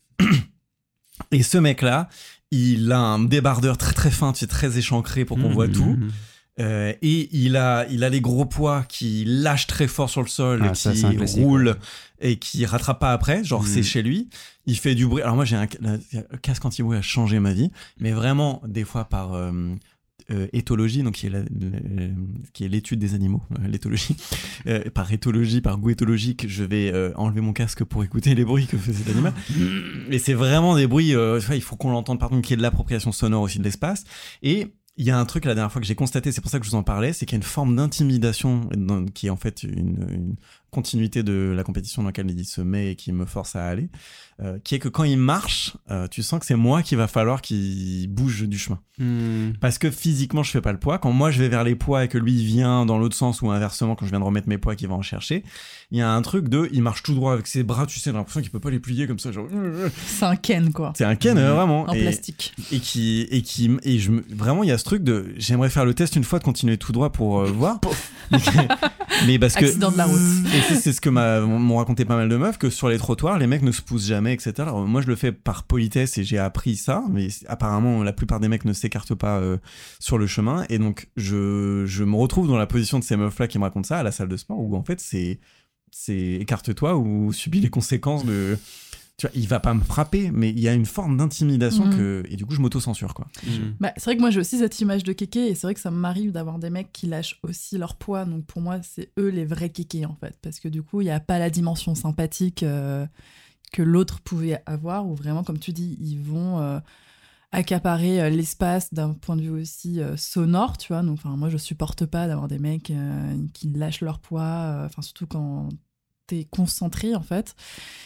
Et ce mec-là, il a un débardeur très très fin, tu sais, très échancré pour qu'on voit Mmh. tout. Euh, et il a, il a les gros poids qui lâchent très fort sur le sol, Ah, et ça, qui c'est un classique, roulent ouais. et qui rattrape pas après. Genre, Mm. c'est chez lui. Il fait du bruit. Alors, moi, j'ai un le casque anti-bruit a changé ma vie, mais vraiment, des fois, par euh, euh, éthologie, donc qui est, la, le- qui est l'étude des animaux, euh, l'éthologie. Euh, par éthologie, par goût éthologique, je vais euh, enlever mon casque pour écouter les bruits que fait cet animal. Et c'est vraiment des bruits, euh, tu vois, il faut qu'on l'entende partout, qu'il y ait de l'appropriation sonore aussi de l'espace. Et il y a un truc la dernière fois que j'ai constaté, c'est pour ça que je vous en parlais, c'est qu'il y a une forme d'intimidation dans- qui est en fait une, une continuité de la compétition dans laquelle il se met et qui me force à aller, euh, qui est que quand il marche, euh, tu sens que c'est moi qu'il va falloir qu'il bouge du chemin. Mmh. Parce que physiquement, je fais pas le poids. Quand moi, je vais vers les poids et que lui, il vient dans l'autre sens ou inversement, quand je viens de remettre mes poids et qu'il va en chercher, il y a un truc de, il marche tout droit avec ses bras, tu sais, j'ai l'impression qu'il peut pas les plier comme ça, genre... C'est un Ken, quoi. C'est un Ken, euh, vraiment. En Et- plastique. et qui et qui et je me, vraiment il y a ce truc de j'aimerais faire le test une fois de continuer tout droit pour euh, voir mais, mais parce que Accident de la route. et c'est, c'est ce que m'a, m'ont raconté pas mal de meufs, que sur les trottoirs les mecs ne se poussent jamais, etc. Alors moi je le fais par politesse et j'ai appris ça, mais apparemment la plupart des mecs ne s'écartent pas euh, sur le chemin, et donc je je me retrouve dans la position de ces meufs là qui me racontent ça à la salle de sport, où en fait c'est c'est écarte-toi ou subis les conséquences de... Tu vois, il va pas me frapper, mais il y a une forme d'intimidation Mhm. que... Et du coup, je m'auto-censure, quoi. Mmh. Bah, c'est vrai que moi j'ai aussi cette image de kéké, et c'est vrai que ça m'arrive d'avoir des mecs qui lâchent aussi leur poids, donc pour moi c'est eux les vrais kékés en fait, parce que du coup il n'y a pas la dimension sympathique euh, que l'autre pouvait avoir, où vraiment comme tu dis ils vont euh, accaparer euh, l'espace d'un point de vue aussi euh, sonore, tu vois. Donc enfin, moi je supporte pas d'avoir des mecs euh, qui lâchent leur poids, euh, enfin surtout quand t'es concentré en fait.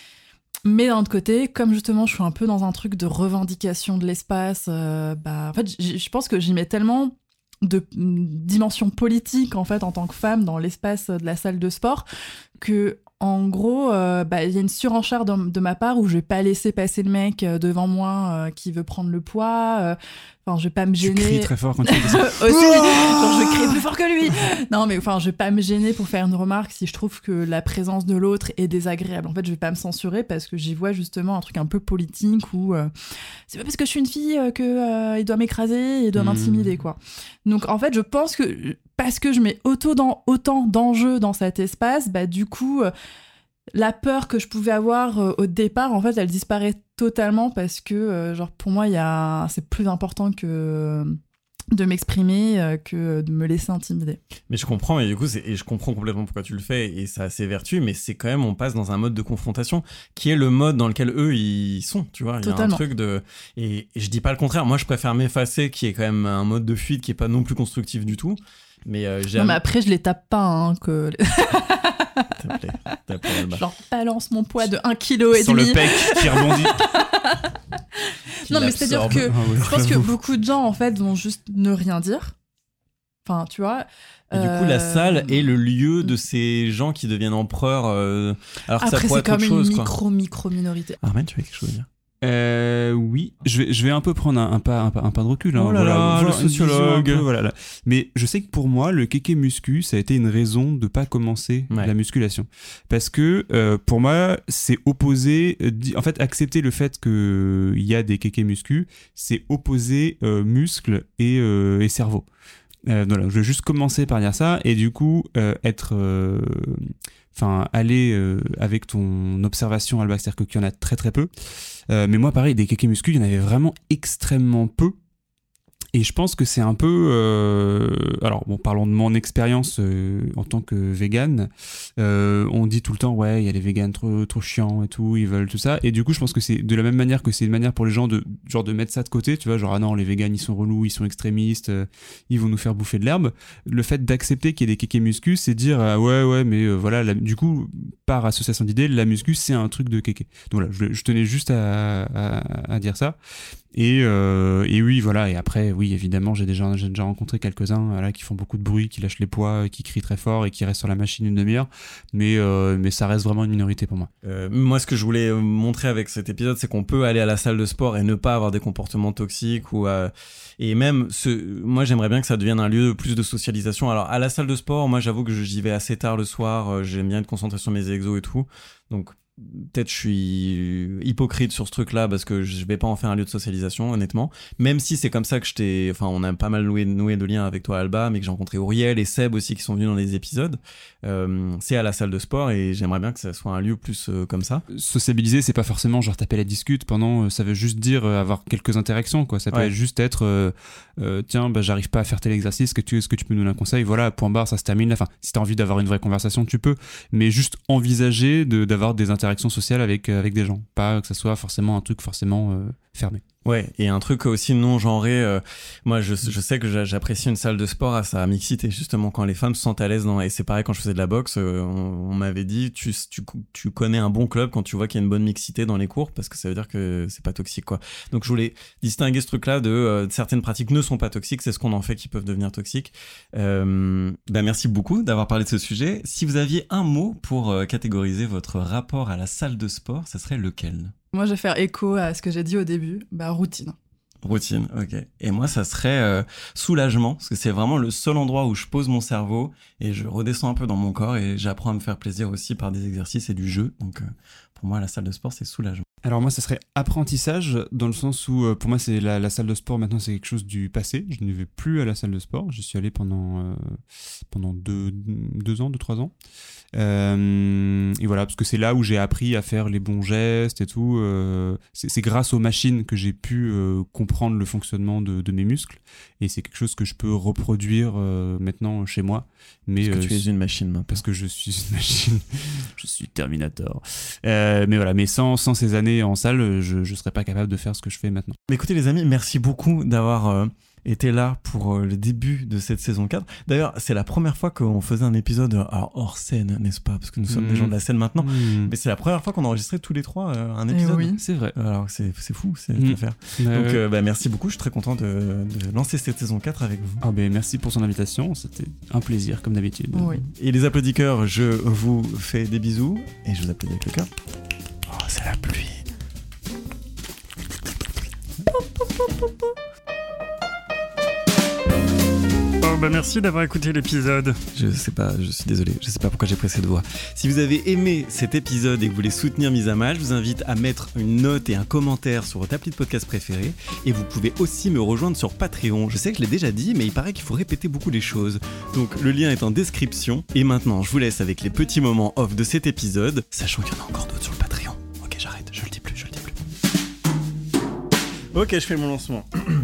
Mais d'un autre côté, comme justement je suis un peu dans un truc de revendication de l'espace, euh, bah, en fait, j- je pense que j'y mets tellement de mm, dimension politique en fait en tant que femme dans l'espace de la salle de sport que en gros, euh, bah, il y a une surenchère de, de ma part où je vais pas laisser passer le mec euh, devant moi euh, qui veut prendre le poids. euh. Enfin, je vais pas me Tu gêner. cries très fort quand tu fais ça. Aussi, genre je vais crier plus fort que lui. Non, mais enfin, je vais pas me gêner pour faire une remarque si je trouve que la présence de l'autre est désagréable. En fait, je vais pas me censurer parce que j'y vois justement un truc un peu politique où euh, c'est pas parce que je suis une fille euh, que euh, il doit m'écraser, il doit Mmh. m'intimider, quoi. Donc, en fait, je pense que parce que je mets autant, dans, autant d'enjeux dans cet espace, bah du coup. Euh, La peur que je pouvais avoir euh, au départ, en fait, elle disparaît totalement parce que, euh, genre, pour moi, il y a... c'est plus important que euh, de m'exprimer euh, que de me laisser intimider. Mais je comprends, et du coup, c'est, et je comprends complètement pourquoi tu le fais, et ça a ses vertus, mais c'est quand même, on passe dans un mode de confrontation qui est le mode dans lequel eux, ils sont, tu vois. Il y a un Totalement. truc de... Et, et je dis pas le contraire, moi, je préfère m'effacer, qui est quand même un mode de fuite qui est pas non plus constructif du tout. Mais euh, j'aime... Non, mais après, je les tape pas, hein, que... S'il te plaît, s'il te plaît, Alba. je leur balance mon poids de un virgule cinq kg. Sur le pec qui rebondit. Qui Non, mais c'est-à-dire l'absorbe. que Ah ouais, je pense que j'avoue. beaucoup de gens, en fait, vont juste ne rien dire. Enfin, tu vois... Et du coup, la euh, salle est le lieu de ces gens qui deviennent empereurs, euh, alors que ça Après, pourrait c'est être autre comme une chose, quoi. micro-micro-minorité. Armène, tu as quelque chose à dire? Euh, oui, je vais, je vais un peu prendre un, un pas, un, pas, un pas de recul. Hein. Oh là là, Voilà, le voilà, une vision sociologue. un peu, voilà, là. Mais je sais que pour moi, le kéké muscu, ça a été une raison de pas commencer Ouais. la musculation. Parce que euh, pour moi, c'est opposer. euh, di- en fait, accepter le fait qu'il y a des kéké muscu, c'est opposer euh, muscles et, euh, et cerveau. Euh, voilà, je vais juste commencer par dire ça. Et du coup, euh, être. euh, Enfin, aller euh, avec ton observation, Alba, c'est-à-dire qu'il y en a très très peu. Euh, mais moi, pareil, des kékés muscu, il y en avait vraiment extrêmement peu. Et je pense que c'est un peu... euh, Alors, bon, parlons de mon expérience euh, en tant que vegan. Euh, on dit tout le temps, ouais, il y a les vegans trop, trop chiants et tout, ils veulent tout ça. Et du coup, je pense que c'est de la même manière que c'est une manière pour les gens de, genre, de mettre ça de côté, tu vois, genre, ah non, les vegans, ils sont relous, ils sont extrémistes, euh, ils vont nous faire bouffer de l'herbe. Le fait d'accepter qu'il y ait des kékés muscu, c'est dire, ah ouais, ouais, mais euh, voilà, la- du coup, par association d'idées, la muscu, c'est un truc de kéké. Donc voilà, je, je tenais juste à, à, à dire ça. Et, euh, et oui, voilà. Et après, oui, évidemment, j'ai déjà, j'ai déjà rencontré quelques-uns euh, là, qui font beaucoup de bruit, qui lâchent les poids, qui crient très fort et qui restent sur la machine une demi-heure. Mais, euh, mais ça reste vraiment une minorité pour moi. Euh, moi, ce que je voulais euh, montrer avec cet épisode, c'est qu'on peut aller à la salle de sport et ne pas avoir des comportements toxiques ou euh, et même ce, moi, j'aimerais bien que ça devienne un lieu de plus de socialisation. Alors, à la salle de sport, moi, j'avoue que j'y vais assez tard le soir. Euh, j'aime bien être concentré sur mes exos et tout. Donc, peut-être je suis hypocrite sur ce truc-là parce que je vais pas en faire un lieu de socialisation, honnêtement. Même si c'est comme ça que je t'ai... Enfin, on a pas mal noué, noué de liens avec toi, Alba, mais que j'ai rencontré Auriel et Seb aussi qui sont venus dans les épisodes. Euh, c'est à la salle de sport et j'aimerais bien que ça soit un lieu plus euh, comme ça. Sociabiliser, c'est pas forcément genre taper la discute pendant, euh, ça veut juste dire euh, avoir quelques interactions, quoi. Ça peut Ouais. être juste être, euh, euh, tiens, bah, j'arrive pas à faire tel exercice, que tu, est-ce que tu peux nous donner un conseil? Voilà, point barre, ça se termine là. Enfin, si t'as envie d'avoir une vraie conversation, tu peux, mais juste envisager de, d'avoir des interactions sociales avec, euh, avec des gens. Pas que ça soit forcément un truc forcément euh, fermé. Ouais, et un truc aussi non genré. Euh, moi, je, je sais que j'a- j'apprécie une salle de sport à sa mixité, justement, quand les femmes se sentent à l'aise dans. Et c'est pareil quand je faisais de la boxe, euh, on, on m'avait dit tu, tu, tu connais un bon club quand tu vois qu'il y a une bonne mixité dans les cours, parce que ça veut dire que c'est pas toxique, quoi. Donc, je voulais distinguer ce truc-là de euh, certaines pratiques ne sont pas toxiques, c'est ce qu'on en fait qui peuvent devenir toxiques. Euh, bah, merci beaucoup d'avoir parlé de ce sujet. Si vous aviez un mot pour euh, catégoriser votre rapport à la salle de sport, ça serait lequel? Moi, je vais faire écho à ce que j'ai dit au début. Bah, routine. Routine, ok. Et moi, ça serait euh, soulagement, parce que c'est vraiment le seul endroit où je pose mon cerveau et je redescends un peu dans mon corps et j'apprends à me faire plaisir aussi par des exercices et du jeu. Donc, euh, pour moi, la salle de sport, c'est soulagement. Alors moi, ça serait apprentissage, dans le sens où, euh, pour moi, c'est la, la salle de sport, maintenant, c'est quelque chose du passé. Je ne vais plus à la salle de sport. Je suis allé pendant, euh, pendant deux, deux ans, deux, trois ans. Euh, et voilà, parce que c'est là où j'ai appris à faire les bons gestes et tout. Euh, c'est, c'est grâce aux machines que j'ai pu euh, comprendre le fonctionnement de, de mes muscles. Et c'est quelque chose que je peux reproduire euh, maintenant chez moi. Mais, Parce que euh, tu es une machine maintenant. parce que je suis une machine, je suis Terminator. Euh, mais voilà, mais sans, sans ces années en salle, je ne serais pas capable de faire ce que je fais maintenant. Mais écoutez les amis, merci beaucoup d'avoir euh, été là pour euh, le début de cette saison quatre. D'ailleurs, c'est la première fois qu'on faisait un épisode euh, alors hors scène, n'est-ce pas? Parce que nous sommes Mmh. des gens de la scène maintenant. Mmh. Mais c'est la première fois qu'on enregistrait tous les trois euh, un Eh épisode. oui. C'est vrai. Alors c'est, c'est fou, c'est Mmh. à faire. Euh, Donc euh, bah, merci beaucoup, je suis très content de, de lancer cette saison quatre avec vous. ah ben, merci pour son invitation, c'était un plaisir comme d'habitude. Oui. Et les applaudisseurs, je vous fais des bisous et je vous applaudis avec le cœur. Oh, c'est la pluie. bah merci d'avoir écouté l'épisode. Je sais pas, je suis désolé, je sais pas pourquoi j'ai pris cette voix. Si vous avez aimé cet épisode et que vous voulez soutenir Mise à Mal, je vous invite à mettre une note et un commentaire sur votre appli de podcast préféré. Et vous pouvez aussi me rejoindre sur Patreon. Je sais que je l'ai déjà dit, mais il paraît qu'il faut répéter beaucoup les choses. Donc le lien est en description. Et maintenant, je vous laisse avec les petits moments off de cet épisode, sachant qu'il y en a encore d'autres sur le Patreon. Ok, j'arrête, je le dis plus, je le dis plus. Ok, je fais mon lancement.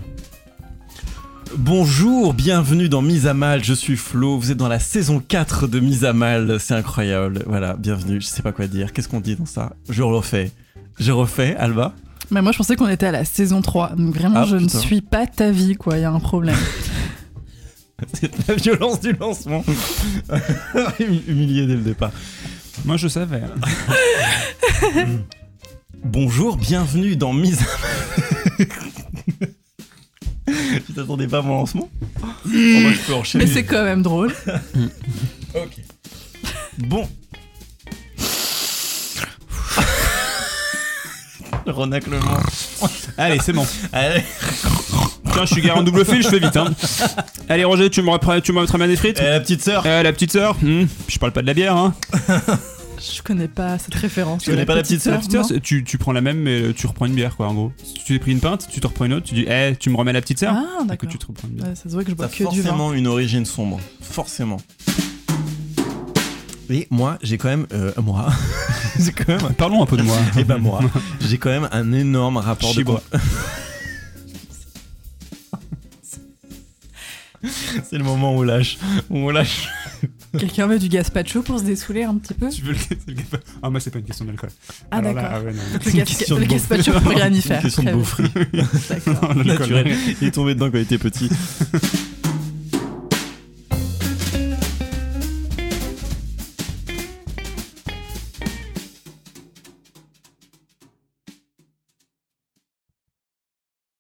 Bonjour, bienvenue dans Mise à Mal, je suis Flo, vous êtes dans la saison quatre de Mise à Mal, c'est incroyable, voilà, bienvenue, je sais pas quoi dire, qu'est-ce qu'on dit dans ça ? Je refais, je refais, Alba ? Mais moi je pensais qu'on était à la saison trois, donc vraiment Ah, je putain. ne suis pas ta vie quoi, il y a un problème. C'est la violence du lancement. Humilié dès le départ. Moi, je savais. Bonjour, bienvenue dans Mise à Mal. Tu t'attendais pas à mon lancement ? Oh, moi, je peux enchaîner. Mais c'est quand même drôle. Ok. Bon. Le renaclement. Allez, c'est bon. Allez. Tiens, je suis garé en double fil, je fais vite. Hein. Allez, Roger, tu me reprends, tu me remettras bien des frites. Et la petite sœur. Euh, la petite sœur. Hmm. Je parle pas de la bière, hein. Je connais pas cette référence. Tu connais pas la petite sœur, La petite sœur, non. c'est- tu, tu prends la même, mais tu reprends une bière, quoi, en gros. Si tu t'es pris une pinte, tu te reprends une autre, tu dis, eh, tu me remets la petite sœur. Ah Et que d'accord. tu te reprends une bière. Ouais, ça se voit que je bois T'as que du vin. forcément une origine sombre. Forcément. Et moi, j'ai quand même... Euh, moi... j'ai quand même... Parlons un peu de moi. Et ben moi, j'ai quand même un énorme rapport de... Chibois. C'est le moment où on lâche. Où on lâche. Quelqu'un veut du gazpacho pour se dessouler un petit peu? Tu veux le, c'est le gazpa- Ah, moi, c'est pas une question d'alcool. Ah Alors là, d'accord. ah ouais, non. Donc le, C'est une gaz- question le de gazpacho beaufry. pour rien y C'est une faire. question de Très bien. beaufry. D'accord. L'alcool. Naturel. Il est tombé dedans quand il était petit.